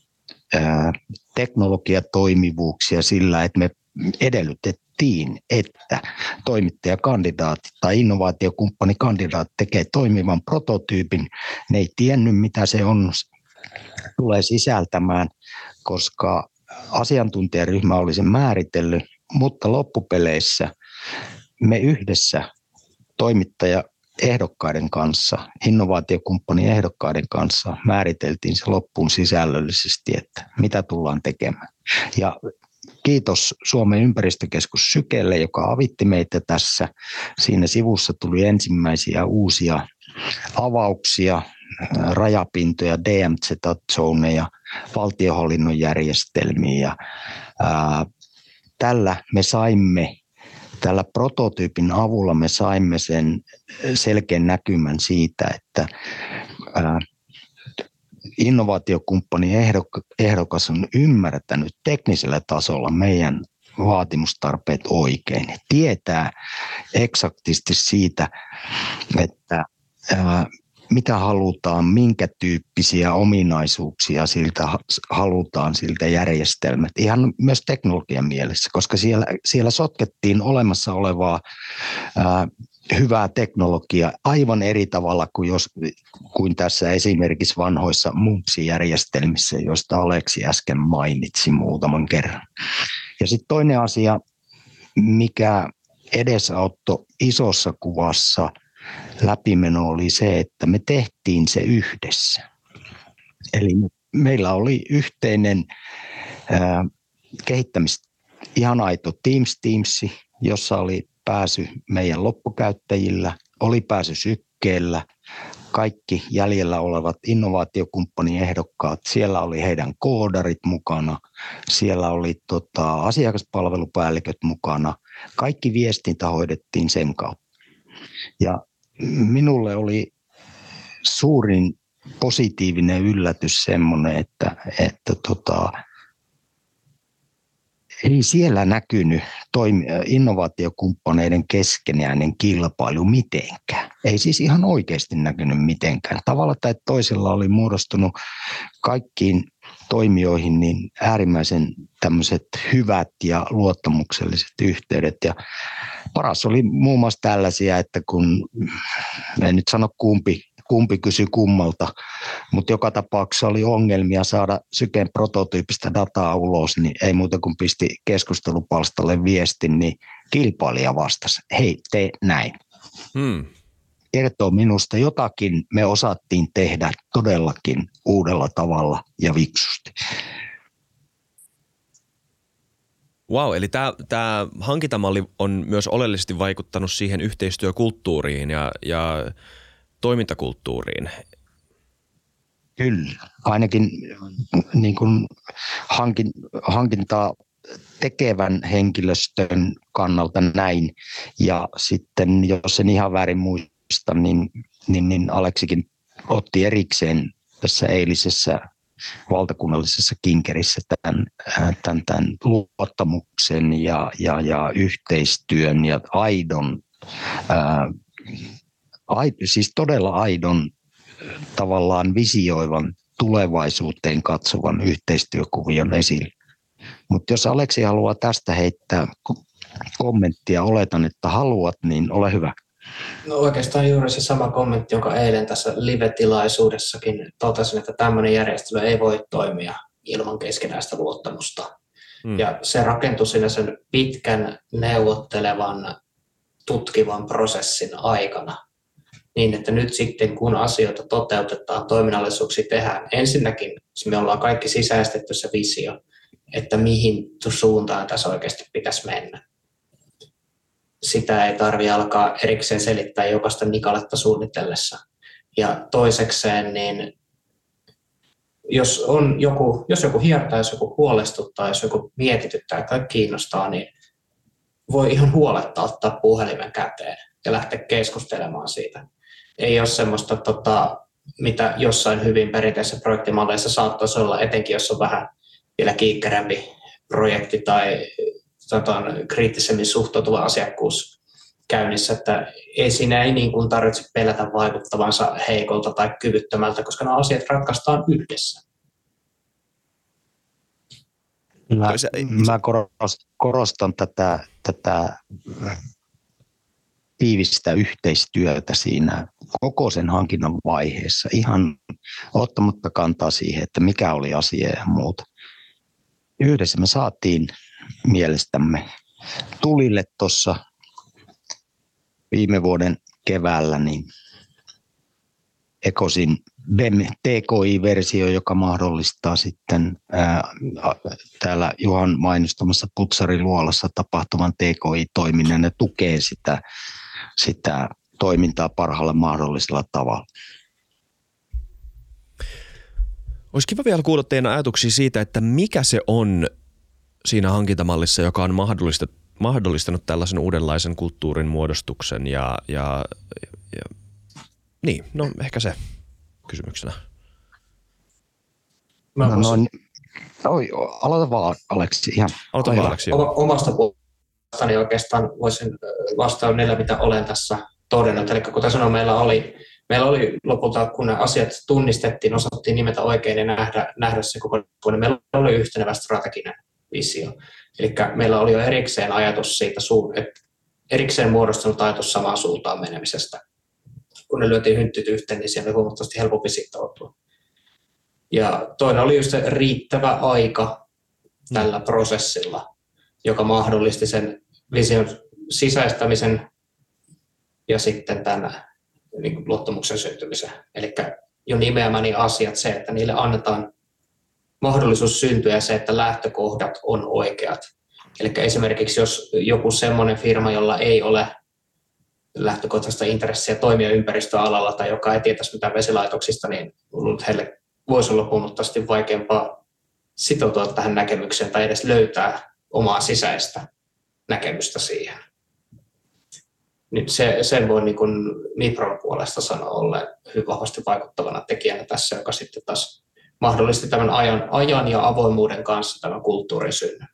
äh, teknologiatoimivuuksia sillä, että me edellytettiin, että toimittajakandidaatti tai innovaatiokumppanikandidaatti tekee toimivan prototyypin. Ne ei tiennyt, mitä se on, tulee sisältämään, koska asiantuntijaryhmä oli sen määritellyt, mutta loppupeleissä me yhdessä toimittaja ehdokkaiden kanssa, innovaatiokumppanin ehdokkaiden kanssa määriteltiin se loppuun sisällöllisesti, että mitä tullaan tekemään. Ja kiitos Suomen ympäristökeskus Sykelle, joka avitti meitä tässä. Siinä sivussa tuli ensimmäisiä uusia avauksia, rajapintoja, D M Z-zoneja, valtionhallinnon järjestelmiä. Ja, ää, tällä me saimme Tällä prototyypin avulla me saimme sen selkeän näkymän siitä, että innovaatiokumppani ehdokas on ymmärtänyt teknisellä tasolla meidän vaatimustarpeet oikein. Tietää eksaktisti siitä, että mitä halutaan, minkä tyyppisiä ominaisuuksia siltä halutaan siltä järjestelmät. Ihan myös teknologian mielessä, koska siellä, siellä sotkettiin olemassa olevaa ää, hyvää teknologiaa aivan eri tavalla kuin, jos, kuin tässä esimerkiksi vanhoissa mumpsijärjestelmissä, joista Aleksi äsken mainitsi muutaman kerran. Ja sitten toinen asia, mikä edesauttoi isossa kuvassa läpimeno oli se, että me tehtiin se yhdessä. Eli meillä oli yhteinen ää, kehittämis, ihan aito Teams Teamsi, jossa oli pääsy meidän loppukäyttäjillä, oli pääsy Sykkeellä, kaikki jäljellä olevat innovaatiokumppanin ehdokkaat, siellä oli heidän koodarit mukana, siellä oli tota, asiakaspalvelupäälliköt mukana, kaikki viestintä hoidettiin sen kautta. Ja minulle oli suurin positiivinen yllätys semmoinen, että, että tota, ei siellä näkynyt toimi, innovaatiokumppaneiden keskenäinen kilpailu mitenkään. Ei siis ihan oikeasti näkynyt mitenkään. Tavalla tai toisella oli muodostunut kaikkiin toimijoihin niin äärimmäisen tämmöiset hyvät ja luottamukselliset yhteydet. Ja paras oli muun muassa tällaisia, että kun, en nyt sano kumpi, kumpi kysyi kummalta, mutta joka tapauksessa oli ongelmia saada Syken prototyyppistä dataa ulos, niin ei muuta kuin pisti keskustelupalstalle viestin, niin kilpailija vastasi, hei, tee näin. Hmm. Kertoo minusta jotakin me osattiin tehdä todellakin uudella tavalla ja viksusti. Wow, eli tämä, tämä hankintamalli on myös oleellisesti vaikuttanut siihen yhteistyökulttuuriin ja, ja toimintakulttuuriin. Kyllä, ainakin niin kuin hankin, hankintaa tekevän henkilöstön kannalta näin. Ja sitten, jos en ihan väärin muista, niin, niin, niin Aleksikin otti erikseen tässä eilisessä valtakunnallisessa kinkerissä tämän, tämän, tämän luottamuksen ja, ja, ja yhteistyön ja aidon, ää, aid, siis todella aidon tavallaan visioivan tulevaisuuteen katsovan yhteistyökuvion esille. Mutta jos Aleksi haluaa tästä heittää kommenttia, oletan, että haluat, niin ole hyvä. No oikeastaan juuri se sama kommentti, jonka eilen tässä live-tilaisuudessakin totesin, että tämmöinen järjestely ei voi toimia ilman keskinäistä luottamusta. Mm. Ja se rakentui siinä sen pitkän neuvottelevan, tutkivan prosessin aikana. Niin, että nyt sitten kun asioita toteutetaan, toiminnallisuuksia tehdään, ensinnäkin me ollaan kaikki sisäistetty se visio, että mihin suuntaan tässä oikeasti pitäisi mennä. Sitä ei tarvitse alkaa erikseen selittää jokaista nikaletta suunnitellessa. Ja toisekseen, niin jos, on joku, jos joku hiertää, jos joku huolestuttaa, jos joku mietityttää tai kiinnostaa, niin voi ihan huoletta ottaa puhelimen käteen ja lähteä keskustelemaan siitä. Ei ole semmoista, tota, mitä jossain hyvin perinteisissä projektimalleissa saattaisi olla, etenkin jos on vähän vielä kiikkerämpi projekti tai sanotaan, kriittisemmin suhtautuva asiakkuus käynnissä, että ei siinä ei niin kuin tarvitse pelätä vaikuttavansa heikolta tai kyvyttömältä, koska nämä asiat ratkaistaan yhdessä. Mä, mä korostan tätä, tätä tiivistä yhteistyötä siinä koko sen hankinnan vaiheessa, ihan ottamatta kantaa siihen, että mikä oli asia ja muuta. Yhdessä me saatiin mielestämme tulille tuossa viime vuoden keväällä niin Ekosin B E M T K I-versio, joka mahdollistaa sitten ää, täällä Juhan mainostamassa Putsariluolassa tapahtuvan T K I-toiminnan ja tukee sitä, sitä toimintaa parhaalla mahdollisella tavalla. Olisi kiva vielä kuulla teidän ajatuksia siitä, että mikä se on siinä hankintamallissa, joka on mahdollistanut tällaisen uudenlaisen kulttuurin muodostuksen ja, ja, ja niin, no ehkä se kysymyksenä. Mä no, noin, oi, aloita vaan Aleksi. Ihan. Aloita vaan Aleksi. Omasta puolestani oikeastaan voisin vastata niillä, mitä olen tässä todennut. Eli kuten sanoin, meillä oli, meillä oli lopulta, kun ne asiat tunnistettiin, osattiin nimetä oikein ja nähdä, nähdä se koko vuoden. Meillä oli yhtenevä strateginen visio. Eli meillä oli jo erikseen ajatus siitä, että erikseen muodostunut ajatus samaan suuntaan menemisestä. Kun ne lyötiin hynttyt yhteen, niin siellä oli huomattavasti helpompi sitoutua. Ja toinen oli just se riittävä aika tällä prosessilla, joka mahdollisti sen vision sisäistämisen ja sitten tämän niin kuin luottamuksen syntymisen. Eli jo nimeämäni asiat, se, että niille annetaan mahdollisuus syntyä ja se, että lähtökohdat on oikeat. Eli esimerkiksi jos joku semmoinen firma, jolla ei ole lähtökohtaista intressiä toimia ympäristöalalla tai joka ei tietäisi mitään vesilaitoksista, niin heille voisi olla huomattavasti vaikeampaa sitoutua tähän näkemykseen tai edes löytää omaa sisäistä näkemystä siihen. Nyt se, sen voi niin kuin Mipron puolesta sanoa olleen hyvin vahvasti vaikuttavana tekijänä tässä, joka sitten taas mahdollisti tämän ajan, ajan ja avoimuuden kanssa tämän kulttuurin synnyn.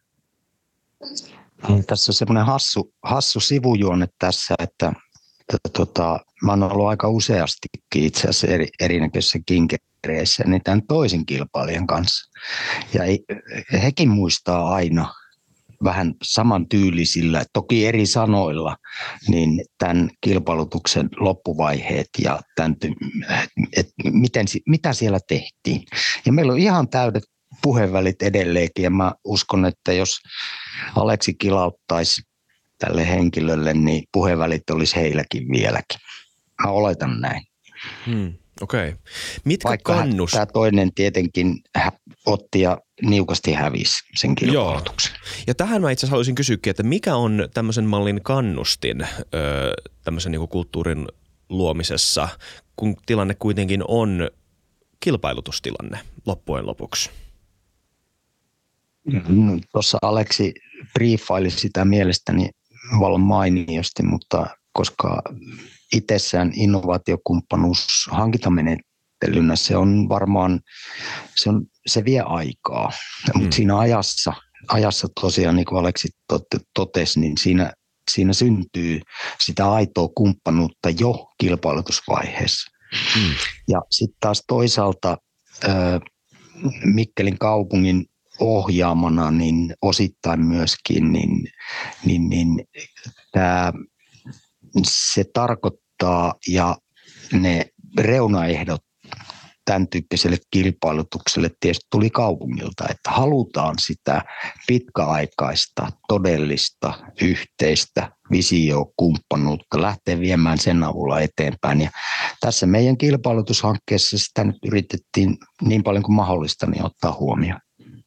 Tässä on semmoinen hassu, hassu sivujuonne tässä, että Tota, mä oon ollut aika useastikin itse asiassa eri, erinäköisissä kinkereissä niin tämän toisen kilpailijan kanssa. Ja ei, hekin muistaa aina vähän samantyylisillä, toki eri sanoilla, niin tämän kilpailutuksen loppuvaiheet ja tämän, et miten, mitä siellä tehtiin. Ja meillä on ihan täydet puhevälit edelleenkin ja mä uskon, että jos Aleksi kilauttaisi tälle henkilölle, niin puhevälit olisi heilläkin vieläkin. Mä oletan näin. Hmm, Okei. Okay. Mitkä Vaikka kannus... tämä toinen tietenkin otti ja niukasti hävisi sen kilpailutuksen. Joo. Ja tähän mä itse asiassa haluaisin kysyäkin, että mikä on tämmöisen mallin kannustin öö, tämmöisen niin kuin kulttuurin luomisessa, kun tilanne kuitenkin on kilpailutustilanne loppujen lopuksi? No, tuossa Aleksi briefaili sitä mielestäni vallan mainiosti, mutta koska itsessään innovaatiokumppanuus hankintamenettelynä, se on varmaan, se, on, se vie aikaa, mm. mutta siinä ajassa, ajassa tosiaan, niin kuin Aleksi totesi, niin siinä, siinä syntyy sitä aitoa kumppanuutta jo kilpailutusvaiheessa. Mm. Ja sitten taas toisaalta Mikkelin kaupungin ohjaamana niin osittain myöskin, niin, niin, niin tämä, se tarkoittaa ja ne reunaehdot tämän tyyppiselle kilpailutukselle tietysti tuli kaupungilta, että halutaan sitä pitkäaikaista, todellista, yhteistä visiokumppanuutta, lähteä viemään sen avulla eteenpäin. Ja tässä meidän kilpailutushankkeessa sitä nyt yritettiin niin paljon kuin mahdollista niin ottaa huomioon.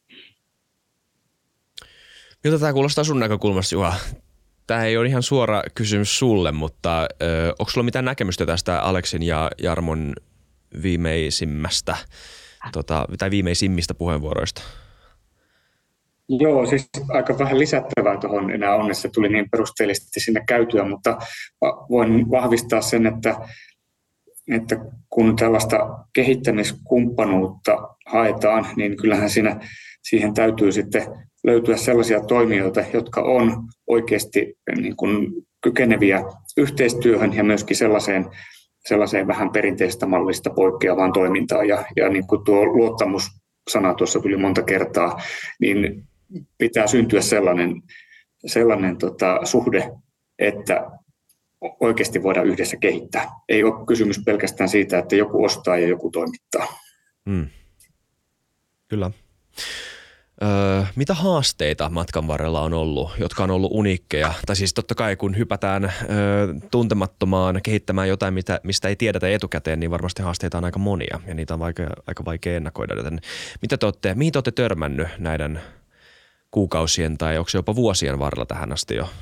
Miltä tämä kuulostaa sun näkökulmasta, Juha? Tämä ei ole ihan suora kysymys sulle, mutta ö, onko sulla mitään näkemystä tästä Aleksin ja Jarmon viimeisimmästä tota, tai viimeisimmistä puheenvuoroista? Joo, siis aika vähän lisättävää tuohon enää onnessa tuli niin perusteellisesti sinne käytyä, mutta voin vahvistaa sen, että, että kun tällaista kehittämiskumppanuutta haetaan, niin kyllähän siinä, siihen täytyy sitten löytyä sellaisia toimijoita, jotka on oikeasti niin kuin kykeneviä yhteistyöhön ja myöskin sellaiseen, sellaiseen vähän perinteistä mallista poikkeavaan toimintaan. Ja, ja niin kuin tuo luottamussana tuossa tuli monta kertaa, niin pitää syntyä sellainen, sellainen tota, suhde, että oikeasti voidaan yhdessä kehittää. Ei ole kysymys pelkästään siitä, että joku ostaa ja joku toimittaa. Hmm. Kyllä. Öö, mitä haasteita matkan varrella on ollut, jotka on ollut uniikkeja? Tai siis totta kai kun hypätään öö, tuntemattomaan, kehittämään jotain, mitä, mistä ei tiedetä etukäteen, niin varmasti haasteita on aika monia ja niitä on vaikea, aika vaikea ennakoida. Joten mitä te olette, mihin te olette törmännyt näiden kuukausien tai onko se jopa vuosien varrella tähän asti jo?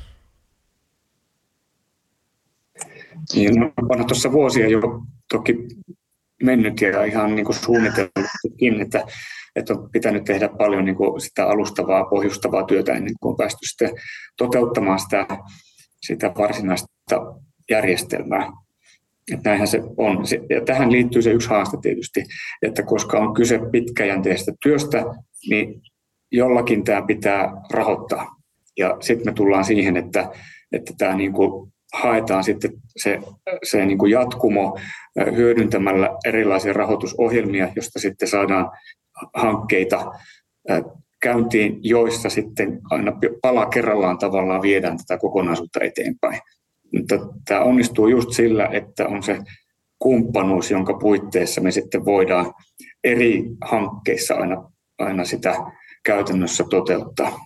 Niin, on tuossa vuosia jo toki mennyt ja ihan niin kuin suunniteltukin, että, että on pitänyt tehdä paljon niin kuin sitä alustavaa, pohjustavaa työtä ennen kuin on päästy sitten toteuttamaan sitä, sitä varsinaista järjestelmää. Että näinhän se on. Ja tähän liittyy se yksi haaste tietysti, että koska on kyse pitkäjänteisestä työstä, niin jollakin tämä pitää rahoittaa. Ja sitten me tullaan siihen, että, että tämä niin kuin haetaan sitten se, se niin kuin jatkumo hyödyntämällä erilaisia rahoitusohjelmia, josta sitten saadaan hankkeita käyntiin, joissa sitten aina pala kerrallaan tavallaan viedään tätä kokonaisuutta eteenpäin. Mutta tämä onnistuu just sillä, että on se kumppanuus, jonka puitteissa me sitten voidaan eri hankkeissa aina, aina sitä käytännössä toteuttaa.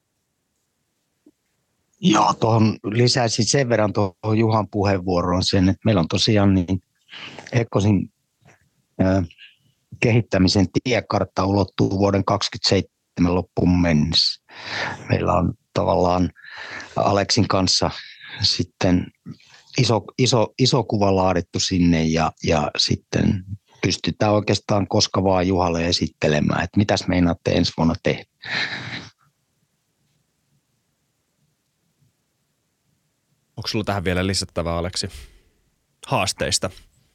Joo, tuohon lisäisin sen verran tuohon Juhan puheenvuoroon sen, että meillä on tosiaan niin Ecosin äh, kehittämisen tiekartta ulottuu vuoden kaksikymmentäseitsemän loppuun mennessä. Meillä on tavallaan Aleksin kanssa sitten iso, iso, iso kuva laadittu sinne ja, ja sitten pystytään oikeastaan koska vaan Juhalle esittelemään, että mitäs meinaatte ensi vuonna tehdä. Onko sulla tähän vielä lisättävää, Aleksi, haasteista?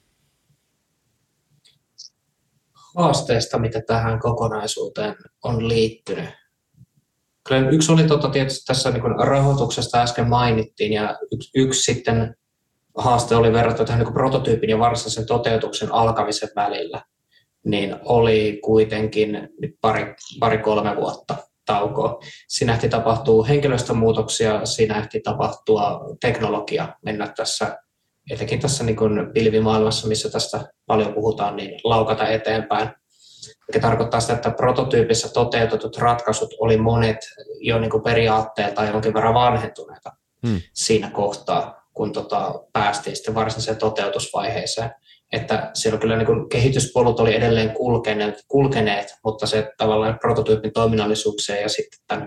Haasteista, mitä tähän kokonaisuuteen on liittynyt. Kyllä yksi oli tota, tietysti tässä niin kuin rahoituksesta äsken mainittiin ja yksi, yksi sitten haaste oli verrattuna tähän niin kuin prototyypin ja varsinaisen toteutuksen alkamisen välillä, niin oli kuitenkin nyt pari, pari kolme vuotta taukoa. Siinä ehti tapahtua henkilöstömuutoksia, siinä ehti tapahtua teknologia mennä tässä, etenkin tässä niin kuin pilvimaailmassa, missä tästä paljon puhutaan, niin laukata eteenpäin. Mikä tarkoittaa sitä, että prototyypissä toteutetut ratkaisut oli monet jo niin kuin periaatteelta jonkin verran vanhentuneita hmm. siinä kohtaa, kun tota, päästiin sitten varsinaiseen toteutusvaiheeseen. Että siellä kyllä niin kuin kehityspolut oli edelleen kulkeneet, kulkeneet, mutta se tavallaan prototyypin toiminnallisuuksien ja sitten tämän,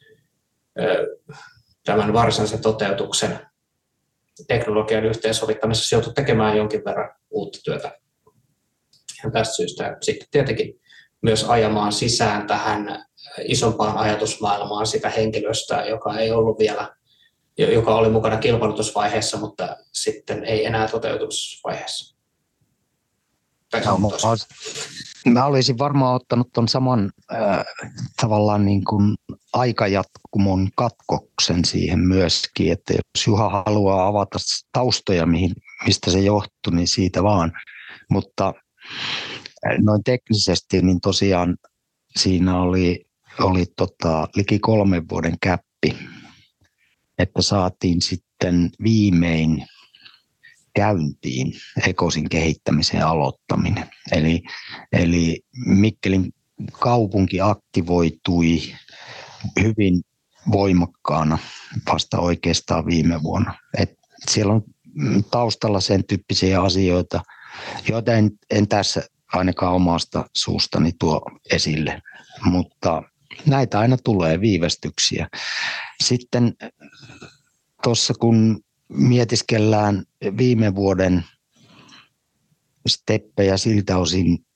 tämän varsinaisen toteutuksen teknologian yhteensovittamisessa joutui tekemään jonkin verran uutta työtä. Ja tästä syystä sitten tietenkin myös ajamaan sisään tähän isompaan ajatusmaailmaan sitä henkilöstöä, joka ei ollut vielä, joka oli mukana kilpailutusvaiheessa, mutta sitten ei enää toteutusvaiheessa. No, mä, mä olisin varmaan ottanut tuon saman äh, tavallaan niin kuin aikajatkumon katkoksen siihen myöskin, että jos Juha haluaa avata taustoja, mihin, mistä se johtui, niin siitä vaan. Mutta noin teknisesti, niin tosiaan siinä oli, oli tota, liki kolmen vuoden käppi, että saatiin sitten viimein käyntiin Ekosin kehittämisen aloittaminen. Eli, eli Mikkelin kaupunki aktivoitui hyvin voimakkaana vasta oikeastaan viime vuonna. Et siellä on taustalla sen tyyppisiä asioita, joita en, en tässä ainakaan omasta suustani tuo esille, mutta näitä aina tulee viivästyksiä. Sitten tuossa kun mietiskellään viime vuoden steppejä siltä osin,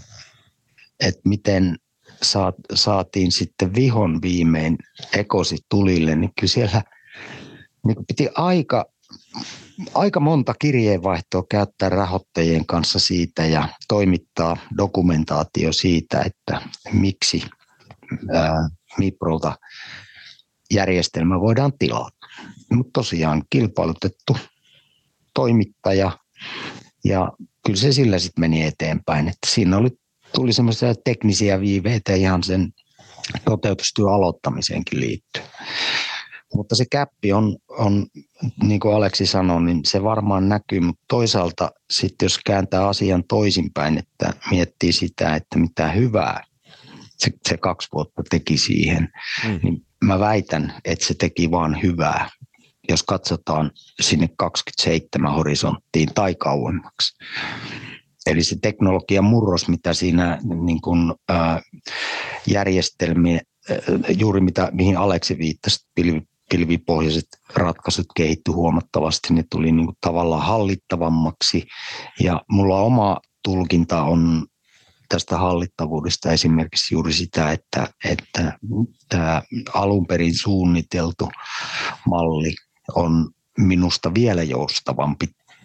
että miten saatiin sitten vihon viimein Ekosi tulille, niin kyllä siellä niin piti aika, aika monta kirjeenvaihtoa käyttää rahoittajien kanssa siitä ja toimittaa dokumentaatio siitä, että miksi ää, Miprolta järjestelmä voidaan tilata. Mutta tosiaan kilpailutettu toimittaja ja kyllä se sillä sitten meni eteenpäin. Että siinä oli, tuli semmoisia teknisiä viiveitä ihan sen toteutustyön aloittamiseenkin liittyen. Mutta se käppi on, on, niin kuin Aleksi sanoi, niin se varmaan näkyy, mutta toisaalta sitten jos kääntää asian toisinpäin, että miettii sitä, että mitä hyvää se, se kaksi vuotta teki siihen, mm. niin mä väitän, että se teki vaan hyvää, jos katsotaan sinne kaksikymmentäseitsemän horisonttiin tai kauemmaksi. Eli se teknologian murros, mitä siinä niin kuin, ää, järjestelmiä, ää, juuri mitä, mihin Aleksi viittasi, pilvi, pilvipohjaiset ratkaisut kehittyi huomattavasti, ne tuli niin kuin tavallaan hallittavammaksi. Ja mulla oma tulkinta on tästä hallittavuudesta esimerkiksi juuri sitä, että, että tämä alun perin suunniteltu malli on minusta vielä joustavampi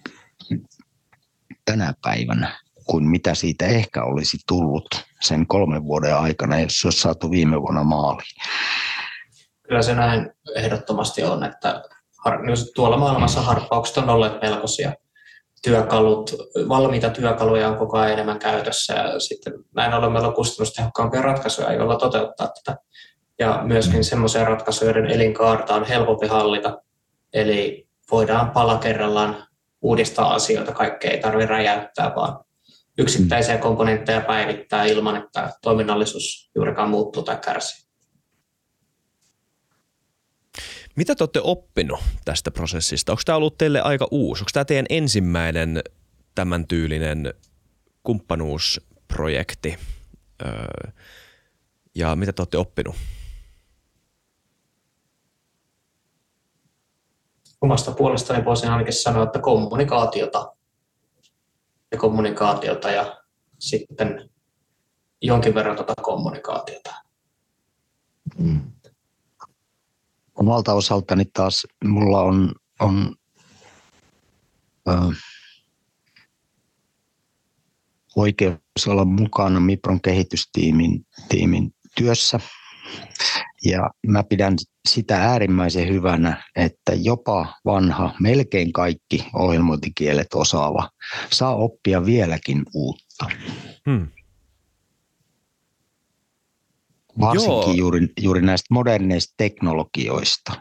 tänä päivänä kuin mitä siitä ehkä olisi tullut sen kolmen vuoden aikana, jos se olisi saatu viime vuonna maaliin. Kyllä se näin ehdottomasti on, että tuolla maailmassa harppaukset on olleet melkoisia. Työkalut, valmiita työkaluja on koko ajan enemmän käytössä ja sitten näin ollen meillä on kustannustehokkaampia ratkaisuja, joilla toteuttaa tätä. Ja myöskin semmoisia ratkaisuja, joiden elinkaarta on helpompi hallita. Eli voidaan pala kerrallaan uudistaa asioita, kaikkea ei tarvitse räjäyttää, vaan yksittäisiä komponentteja päivittää ilman, että toiminnallisuus juurikaan muuttuu tai kärsii. Mitä te olette oppinut tästä prosessista? Onko tämä ollut teille aika uusi? Onko tämä teidän ensimmäinen tämän tyylinen kumppanuusprojekti? Öö, ja mitä te olette oppinut? Omasta puolestani voisin ainakin sanoa, että kommunikaatiota ja kommunikaatiota ja sitten jonkin verran tuota kommunikaatiota. Mm. Omalta osaltani taas mulla on, on ö, oikeus olla mukana Mipron kehitystiimin tiimin työssä. Ja mä pidän sitä äärimmäisen hyvänä, että jopa vanha, melkein kaikki ohjelmointikielet osaava saa oppia vieläkin uutta. Hmm. Varsinkin juuri, juuri näistä moderneista teknologioista.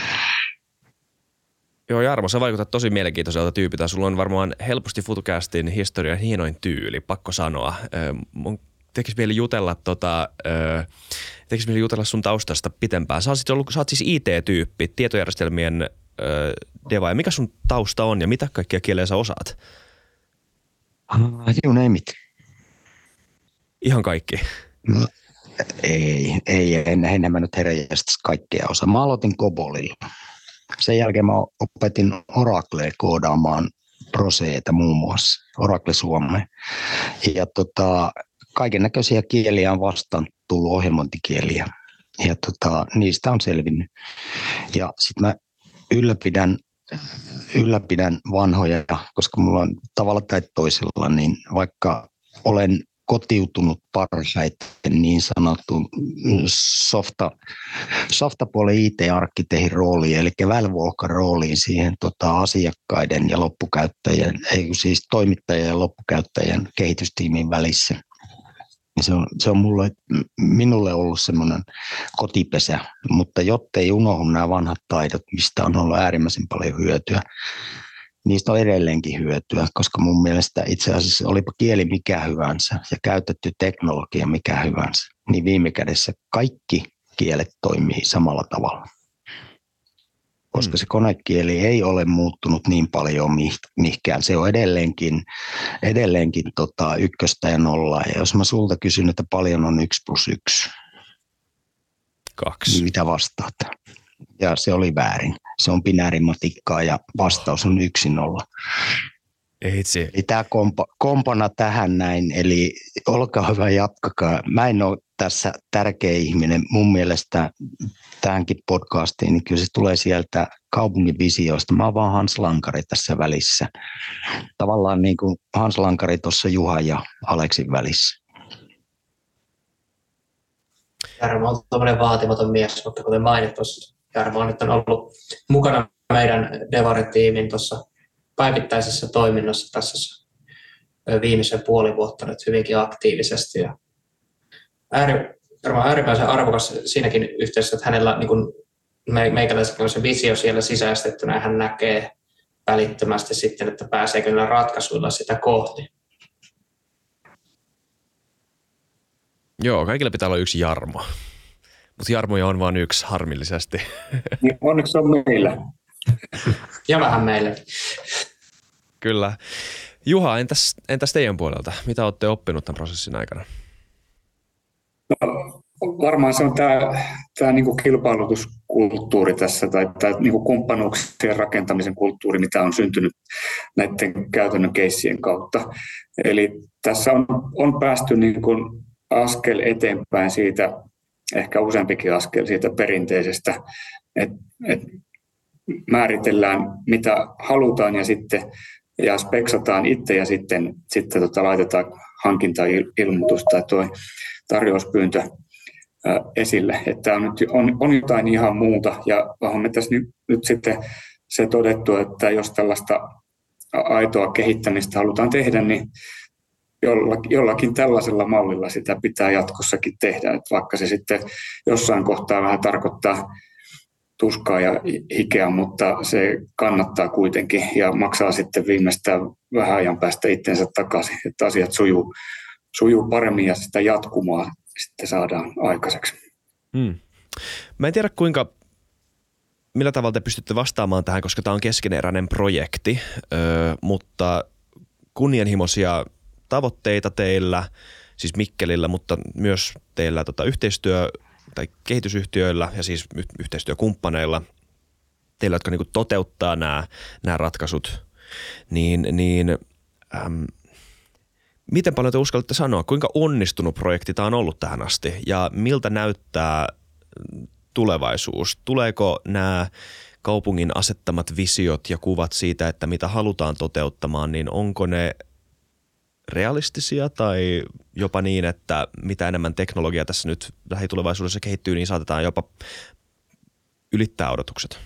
Joo, Jarmo, sä vaikutat tosi mielenkiintoiselta tyypiltä. Sulla on varmaan helposti FutuCastin historian hienoin tyyli, pakko sanoa. Mun tekisi mieli jutella, tota, tekisi mieli jutella sun taustasta pitempään. Sä, ollut, sä oot siis I T-tyyppi, tietojärjestelmien äh, deva. Ja mikä sun tausta on ja mitä kaikkia kieliä sä osaat? You name it. Ihan kaikki? No. Ei, ei, en, en mä nyt herjästä kaikkea osaa. Mä aloitin Cobolilla. Sen jälkeen mä opetin Oraclea koodaamaan proseita muun muassa, Oracle Suomeen. Ja tota, kaiken näköisiä kieliä on vastaan tullut ohjelmointikieliä ja tota, niistä on selvinnyt. Ja sitten mä ylläpidän, ylläpidän vanhoja, koska mulla on tavalla tai toisella, niin vaikka olen kotiutunut parhaiten niin sanottuun softa, softapuolen I T-arkkitehdin rooliin, eli välvuohkan rooliin siihen tota, asiakkaiden ja loppukäyttäjien, ei siis toimittajien ja loppukäyttäjien kehitystiimin välissä. Se on, se on mulle, minulle ollut semmoinen kotipesä, mutta jottei unohdu nämä vanhat taidot, mistä on ollut äärimmäisen paljon hyötyä. Niistä on edelleenkin hyötyä, koska mun mielestä itse asiassa olipa kieli mikä hyvänsä ja käytetty teknologia mikä hyvänsä, niin viime kädessä kaikki kielet toimii samalla tavalla. Koska se konekieli ei ole muuttunut niin paljon mihinkään. Se on edelleenkin, edelleenkin tota ykköstä ja nollaa. Ja jos mä sulta kysyn, että paljon on yksi plus yksi, kaksi. Niin mitä vastaat? Ja se oli väärin. Se on binäärimatikkaa ja vastaus on yksi nolla. Eitsi. Eli tämä kompa, kompana tähän näin, eli olkaa hyvä, jatkakaa. Mä en ole tässä tärkeä ihminen. Mun mielestä tähänkin podcastiin, niin kyllä se tulee sieltä kaupungin visioista. Mä oon vaan Hans Lankari tässä välissä. Tavallaan niin kuin Hans Lankari tuossa Juhan ja Aleksin välissä. Jarmo on tuommoinen vaatimaton mies, mutta kuten mainittu, Jarmo on nyt ollut mukana meidän Devari-tiimin tuossa päivittäisessä toiminnassa tässä viimeisen puoli vuotta nyt hyvinkin aktiivisesti. Ja ääri, äärimmäisen arvokas siinäkin yhteydessä, että hänellä niin kuin meikäläisellä on se visio siellä sisäistettynä ja hän näkee välittömästi sitten, että pääseekö niillä ratkaisuilla sitä kohti. Joo, kaikilla pitää olla yksi Jarmo, mutta Jarmoja on vain yksi harmillisesti. Niin onneksi on meillä. Ja vähän meille. Kyllä. Juha, entäs, entäs teidän puolelta? Mitä olette oppinut tämän prosessin aikana? No, varmaan se on tämä, tämä niin kuin kilpailutuskulttuuri tässä, tai tämä niin kuin kumppanuuksien rakentamisen kulttuuri, mitä on syntynyt näiden käytännön keissien kautta. Eli tässä on, on päästy niin kuin askel eteenpäin siitä, ehkä useampikin askel siitä perinteisestä, että et määritellään mitä halutaan ja sitten ja speksataan itse ja sitten, sitten tota, laitetaan hankintailmoitus tai tuo tarjouspyyntö ää, esille. Että on, nyt, on, on jotain ihan muuta ja on me tässä nyt, nyt sitten se todettu, että jos tällaista aitoa kehittämistä halutaan tehdä, niin jollakin, jollakin tällaisella mallilla sitä pitää jatkossakin tehdä. Että vaikka se sitten jossain kohtaa vähän tarkoittaa tuskaa ja hikeä, mutta se kannattaa kuitenkin ja maksaa sitten viimeistään vähän ajan päästä itsensä takaisin, että asiat sujuu, sujuu paremmin ja sitä jatkumaa sitten saadaan aikaiseksi. Hmm. Mä en tiedä kuinka, millä tavalla te pystytte vastaamaan tähän, koska tämä on keskeneräinen projekti, öö, mutta kunnianhimoisia tavoitteita teillä, siis Mikkelillä, mutta myös teillä tota, yhteistyö tai kehitysyhtiöillä ja siis yhteistyökumppaneilla, teillä, jotka niinku toteuttaa nämä, nämä ratkaisut, niin, niin äm, miten paljon te uskallatte sanoa, kuinka onnistunut projekti tämä on ollut tähän asti ja miltä näyttää tulevaisuus? Tuleeko nämä kaupungin asettamat visiot ja kuvat siitä, että mitä halutaan toteuttamaan, niin onko ne realistisia tai jopa niin, että mitä enemmän teknologia tässä nyt lähitulevaisuudessa kehittyy, niin saatetaan jopa ylittää odotukset?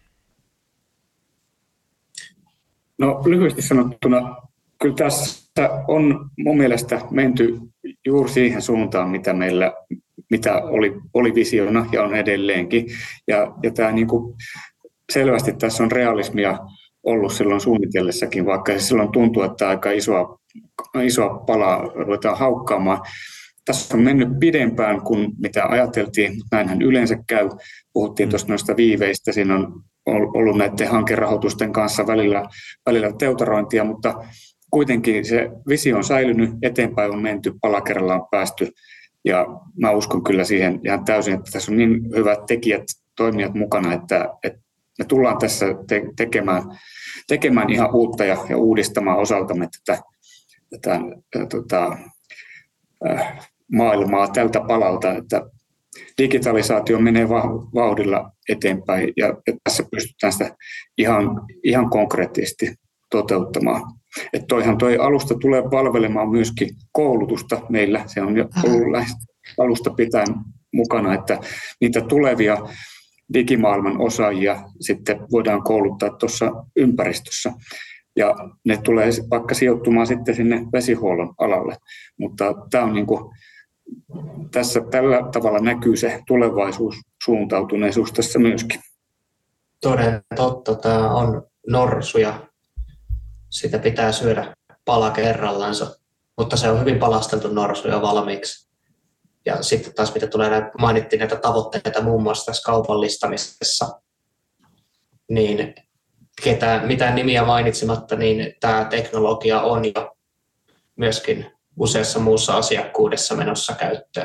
No lyhyesti sanottuna, kyllä tässä on mun mielestä menty juuri siihen suuntaan, mitä meillä mitä oli, oli visiona ja on edelleenkin. Ja, ja tämä niin kuin selvästi tässä on realismia ollut silloin suunnitellessakin, vaikka se silloin tuntuu, että aika isoa, isoa palaa ruvetaan haukkaamaan. Tässä on mennyt pidempään kuin mitä ajateltiin, mutta näinhän yleensä käy. Puhuttiin tuosta noista viiveistä, siinä on ollut näiden hankerahoitusten kanssa välillä, välillä teutarointia, mutta kuitenkin se visio on säilynyt, eteenpäin on menty, pala kerrallaan päästy. Ja mä uskon kyllä siihen ihan täysin, että tässä on niin hyvät tekijät, toimijat mukana, että, että me tullaan tässä te- tekemään, tekemään ihan uutta ja, ja uudistamaan osaltamme tätä, tätä, tätä maailmaa tältä palalta, että digitalisaatio menee vauhdilla eteenpäin ja tässä pystytään sitä ihan, ihan konkreettisesti toteuttamaan. Että toihan toi alusta tulee palvelemaan myöskin koulutusta meillä. Se on jo ollut alusta pitäen mukana, että niitä tulevia digimaailman osaajia sitten voidaan kouluttaa tuossa ympäristössä. Ja ne tulee vaikka sijoittumaan sitten sinne vesihuollon alalle. Mutta tämä on niin kuin, tässä tällä tavalla näkyy se tulevaisuussuuntautuneisuus tässä myöskin. Toden totta, tämä on norsu ja sitä pitää syödä pala kerrallansa, mutta se on hyvin palasteltu norsu jo valmiiksi. Ja sitten taas mitä tulee, mainittiin näitä tavoitteita muun muassa tässä kaupallistamisessa, niin ketään, mitään nimiä mainitsematta, niin tämä teknologia on jo myöskin useassa muussa asiakkuudessa menossa käyttöön.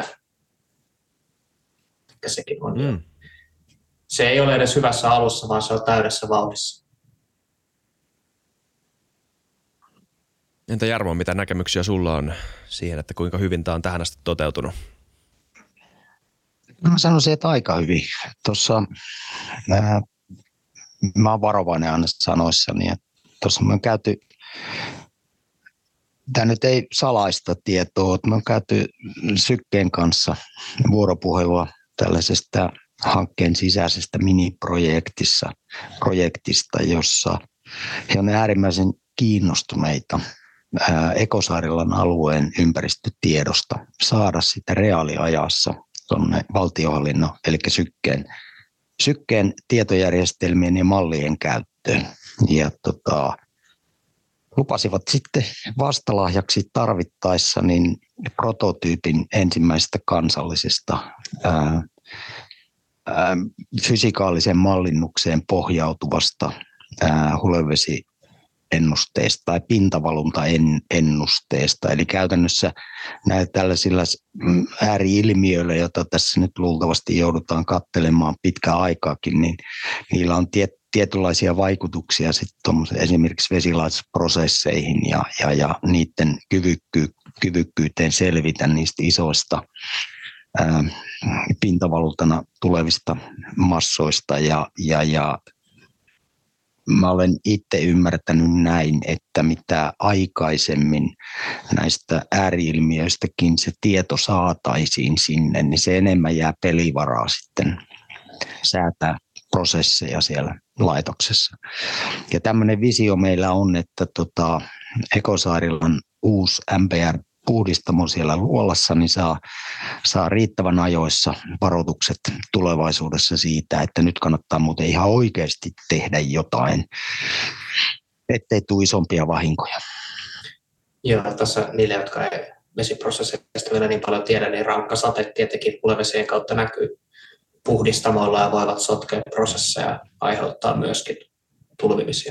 Sekin on mm. Se ei ole edes hyvässä alussa, vaan se on täydessä vauhdissa. Entä Jarmo, mitä näkemyksiä sulla on siihen, että kuinka hyvin tämä on tähän asti toteutunut? No mä sanoisin, että aika hyvin. Tuossa ää, mä oon varovainen aina sanoissani, että tuossa me on käyty, tämä nyt ei salaista tietoa, että me on käyty Sykkeen kanssa vuoropuhelua tällaisesta hankkeen sisäisestä miniprojektissa, projektista, jossa he on äärimmäisen kiinnostuneita ää, Ekosaarilan alueen ympäristötiedosta, saada sitä reaaliajassa tuonne valtionhallinnon, eli Sykkeen, Sykkeen tietojärjestelmien ja mallien käyttöön. Ja tota, lupasivat sitten vastalahjaksi tarvittaessa niin prototyypin ensimmäisestä kansallisesta ää, ää, fysikaaliseen mallinnukseen pohjautuvasta ää, hulevesiennusteesta tai pintavaluntaennusteesta. Eli käytännössä näillä tällaisilla ääri-ilmiöillä, joita tässä nyt luultavasti joudutaan katselemaan pitkään aikaakin, niin niillä on tiet, tietynlaisia vaikutuksia sitten esimerkiksi vesilaitosprosesseihin ja, ja, ja niiden kyvykky, kyvykkyyteen selvitä niistä isoista ää, pintavaluutana tulevista massoista ja, ja, ja mä olen itse ymmärtänyt näin, että mitä aikaisemmin näistä ääri-ilmiöistäkin se tieto saataisiin sinne, niin se enemmän jää pelivaraa sitten säätää prosesseja siellä laitoksessa. Ja tämmöinen visio meillä on, että tota, Ekosaarilan uusi M P R-puhdistamo siellä Luolassa niin saa, saa riittävän ajoissa varoitukset tulevaisuudessa siitä, että nyt kannattaa muuten ihan oikeasti tehdä jotain, ettei tule isompia vahinkoja. Joo, tässä niille, jotka ei vesiprosesseista vielä niin paljon tiedä, niin rankka sate tietenkin hulevesien kautta näkyy puhdistamoilla ja voivat sotkea prosesseja aiheuttaa myöskin tulvivisiä.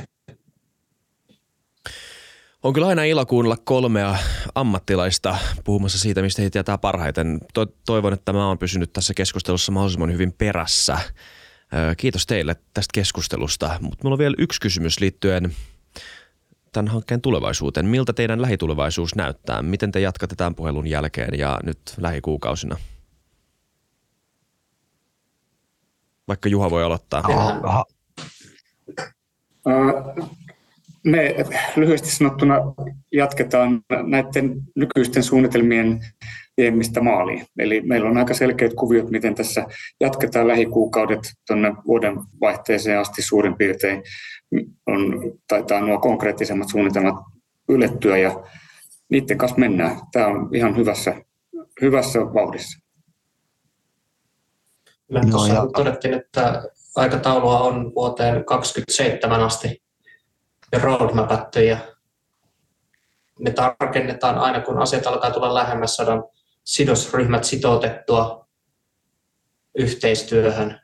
On kyllä aina ilo kuunnella kolmea ammattilaista puhumassa siitä, mistä he tietää parhaiten. To- toivon, että mä oon pysynyt tässä keskustelussa mahdollisimman hyvin perässä. Kiitos teille tästä keskustelusta, mutta minulla on vielä yksi kysymys liittyen tämän hankkeen tulevaisuuteen. Miltä teidän lähitulevaisuus näyttää? Miten te jatkatte tämän puhelun jälkeen ja nyt lähikuukausina? Vaikka Juha voi aloittaa. Aha. Me lyhyesti sanottuna jatketaan näiden nykyisten suunnitelmien viemistä maaliin. Eli meillä on aika selkeät kuviot, miten tässä jatketaan lähikuukaudet tuonne vuoden vaihteeseen asti suurin piirtein. On, taitaa nuo konkreettisemmat suunnitelmat ylettyä ja niiden kanssa mennään. Tämä on ihan hyvässä, hyvässä vauhdissa. Me tuossa no, todettiin, että aikataulua on vuoteen kaksikymmentäseitsemän asti ja roadmapattu ja me tarkennetaan aina, kun asiat alkaa tulla lähemmäs, saadaan sidosryhmät sitoutettua yhteistyöhön.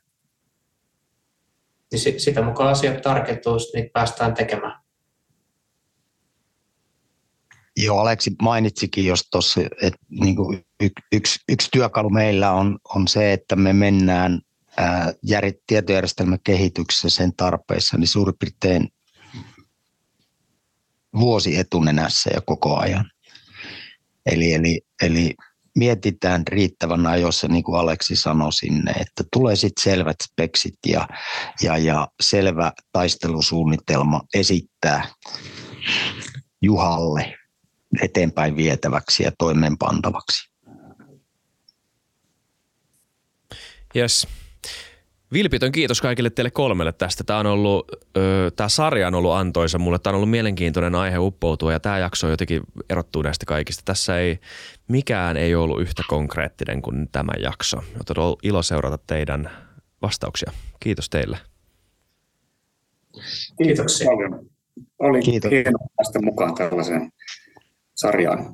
Niin sitä mukaan asiat tarkentuu, niin päästään tekemään. Joo, Aleksi mainitsikin jos tuossa, että niin kuin yksi, yksi työkalu meillä on, on se, että me mennään ää, tietojärjestelmän kehityksessä sen tarpeissa, niin suurin piirtein vuosi etunenässä ja koko ajan. Eli, eli, eli mietitään riittävän ajoissa, niin kuin Aleksi sanoi sinne, että tulee sitten selvät speksit ja, ja, ja selvä taistelusuunnitelma esittää Juhalle eteenpäin vietäväksi ja toimeenpantavaksi. Yes. Vilpitön kiitos kaikille teille kolmelle tästä. Tämä, on ollut, ö, tämä sarja on ollut antoisa mulle. Tämä on ollut mielenkiintoinen aihe uppoutua ja tämä jakso jotenkin erottuu näistä kaikista. Tässä ei, mikään ei ollut yhtä konkreettinen kuin tämä jakso. Joten on ilo seurata teidän vastauksia. Kiitos teille. Kiitoksia. Paljon. Oli Kiitos. hienoa päästä mukaan tällaiseen sarjaan.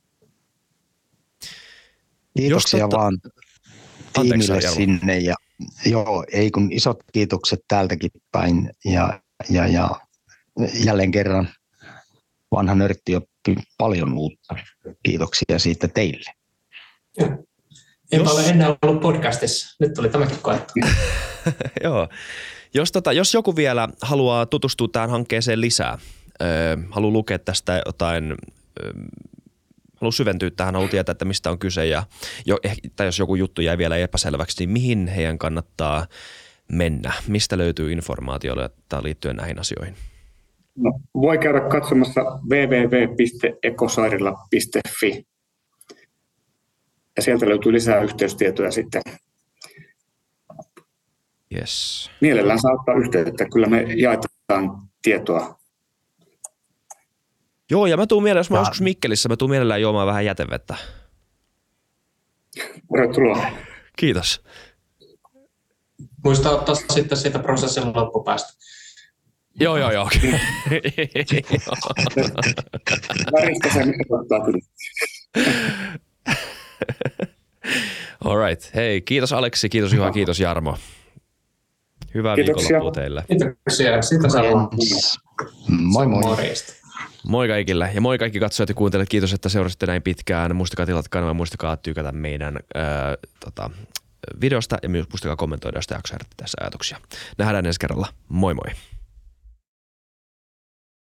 Kiitoksia tota, vaan anteeksi, tiimille Jarmo. sinne ja joo, ei kun isot kiitokset täältäkin päin ja, ja, ja jälleen kerran vanha nörtti oppi paljon uutta. Kiitoksia siitä teille. Joo. En Jos- ole ennen ollut podcastissa. Nyt tuli tämäkin koettu. Joo. Jos, tota, jos joku vielä haluaa tutustua tähän hankkeeseen lisää, öö, haluaa lukea tästä jotain, öö, haluaa syventyä tähän, haluaa tietää, että mistä on kyse, ja jo, eh, tai jos joku juttu jäi vielä epäselväksi, niin mihin heidän kannattaa mennä? Mistä löytyy informaatiota liittyen näihin asioihin? No, voi käydä katsomassa double-u double-u double-u piste ekosairilla piste fi ja sieltä löytyy lisää yhteystietoja sitten. Yes. Mielellään saa ottaa yhteyttä, kyllä me jaetaan tietoa. Joo, ja mä tuun mielellään, jos mä Ja- joskus Mikkelissä, mä tuun mielellään juomaan vähän jätevettä. Tervetuloa. Kiitos. Muista ottaa sitten siitä prosessin loppupäästä. Joo, joo, joo. Väristä sen ottaa kyllä. All right. Hei, kiitos Aleksi, kiitos Juha, kiitos Jarmo. Hyvää Kiitoksia. viikonloppua teille. Kiitoksia. Sitä saa Moi moi. morjesta. Moi kaikille ja moi kaikki katsojat ja kuuntelijat. Kiitos, että seurasitte näin pitkään. Muistakaa tilata kanava, muistakaa tykätä meidän ää, tota, videosta ja myös muistakaa kommentoida, jos te jakso herätti tässä ajatuksia. Nähdään ensi kerralla. Moi moi.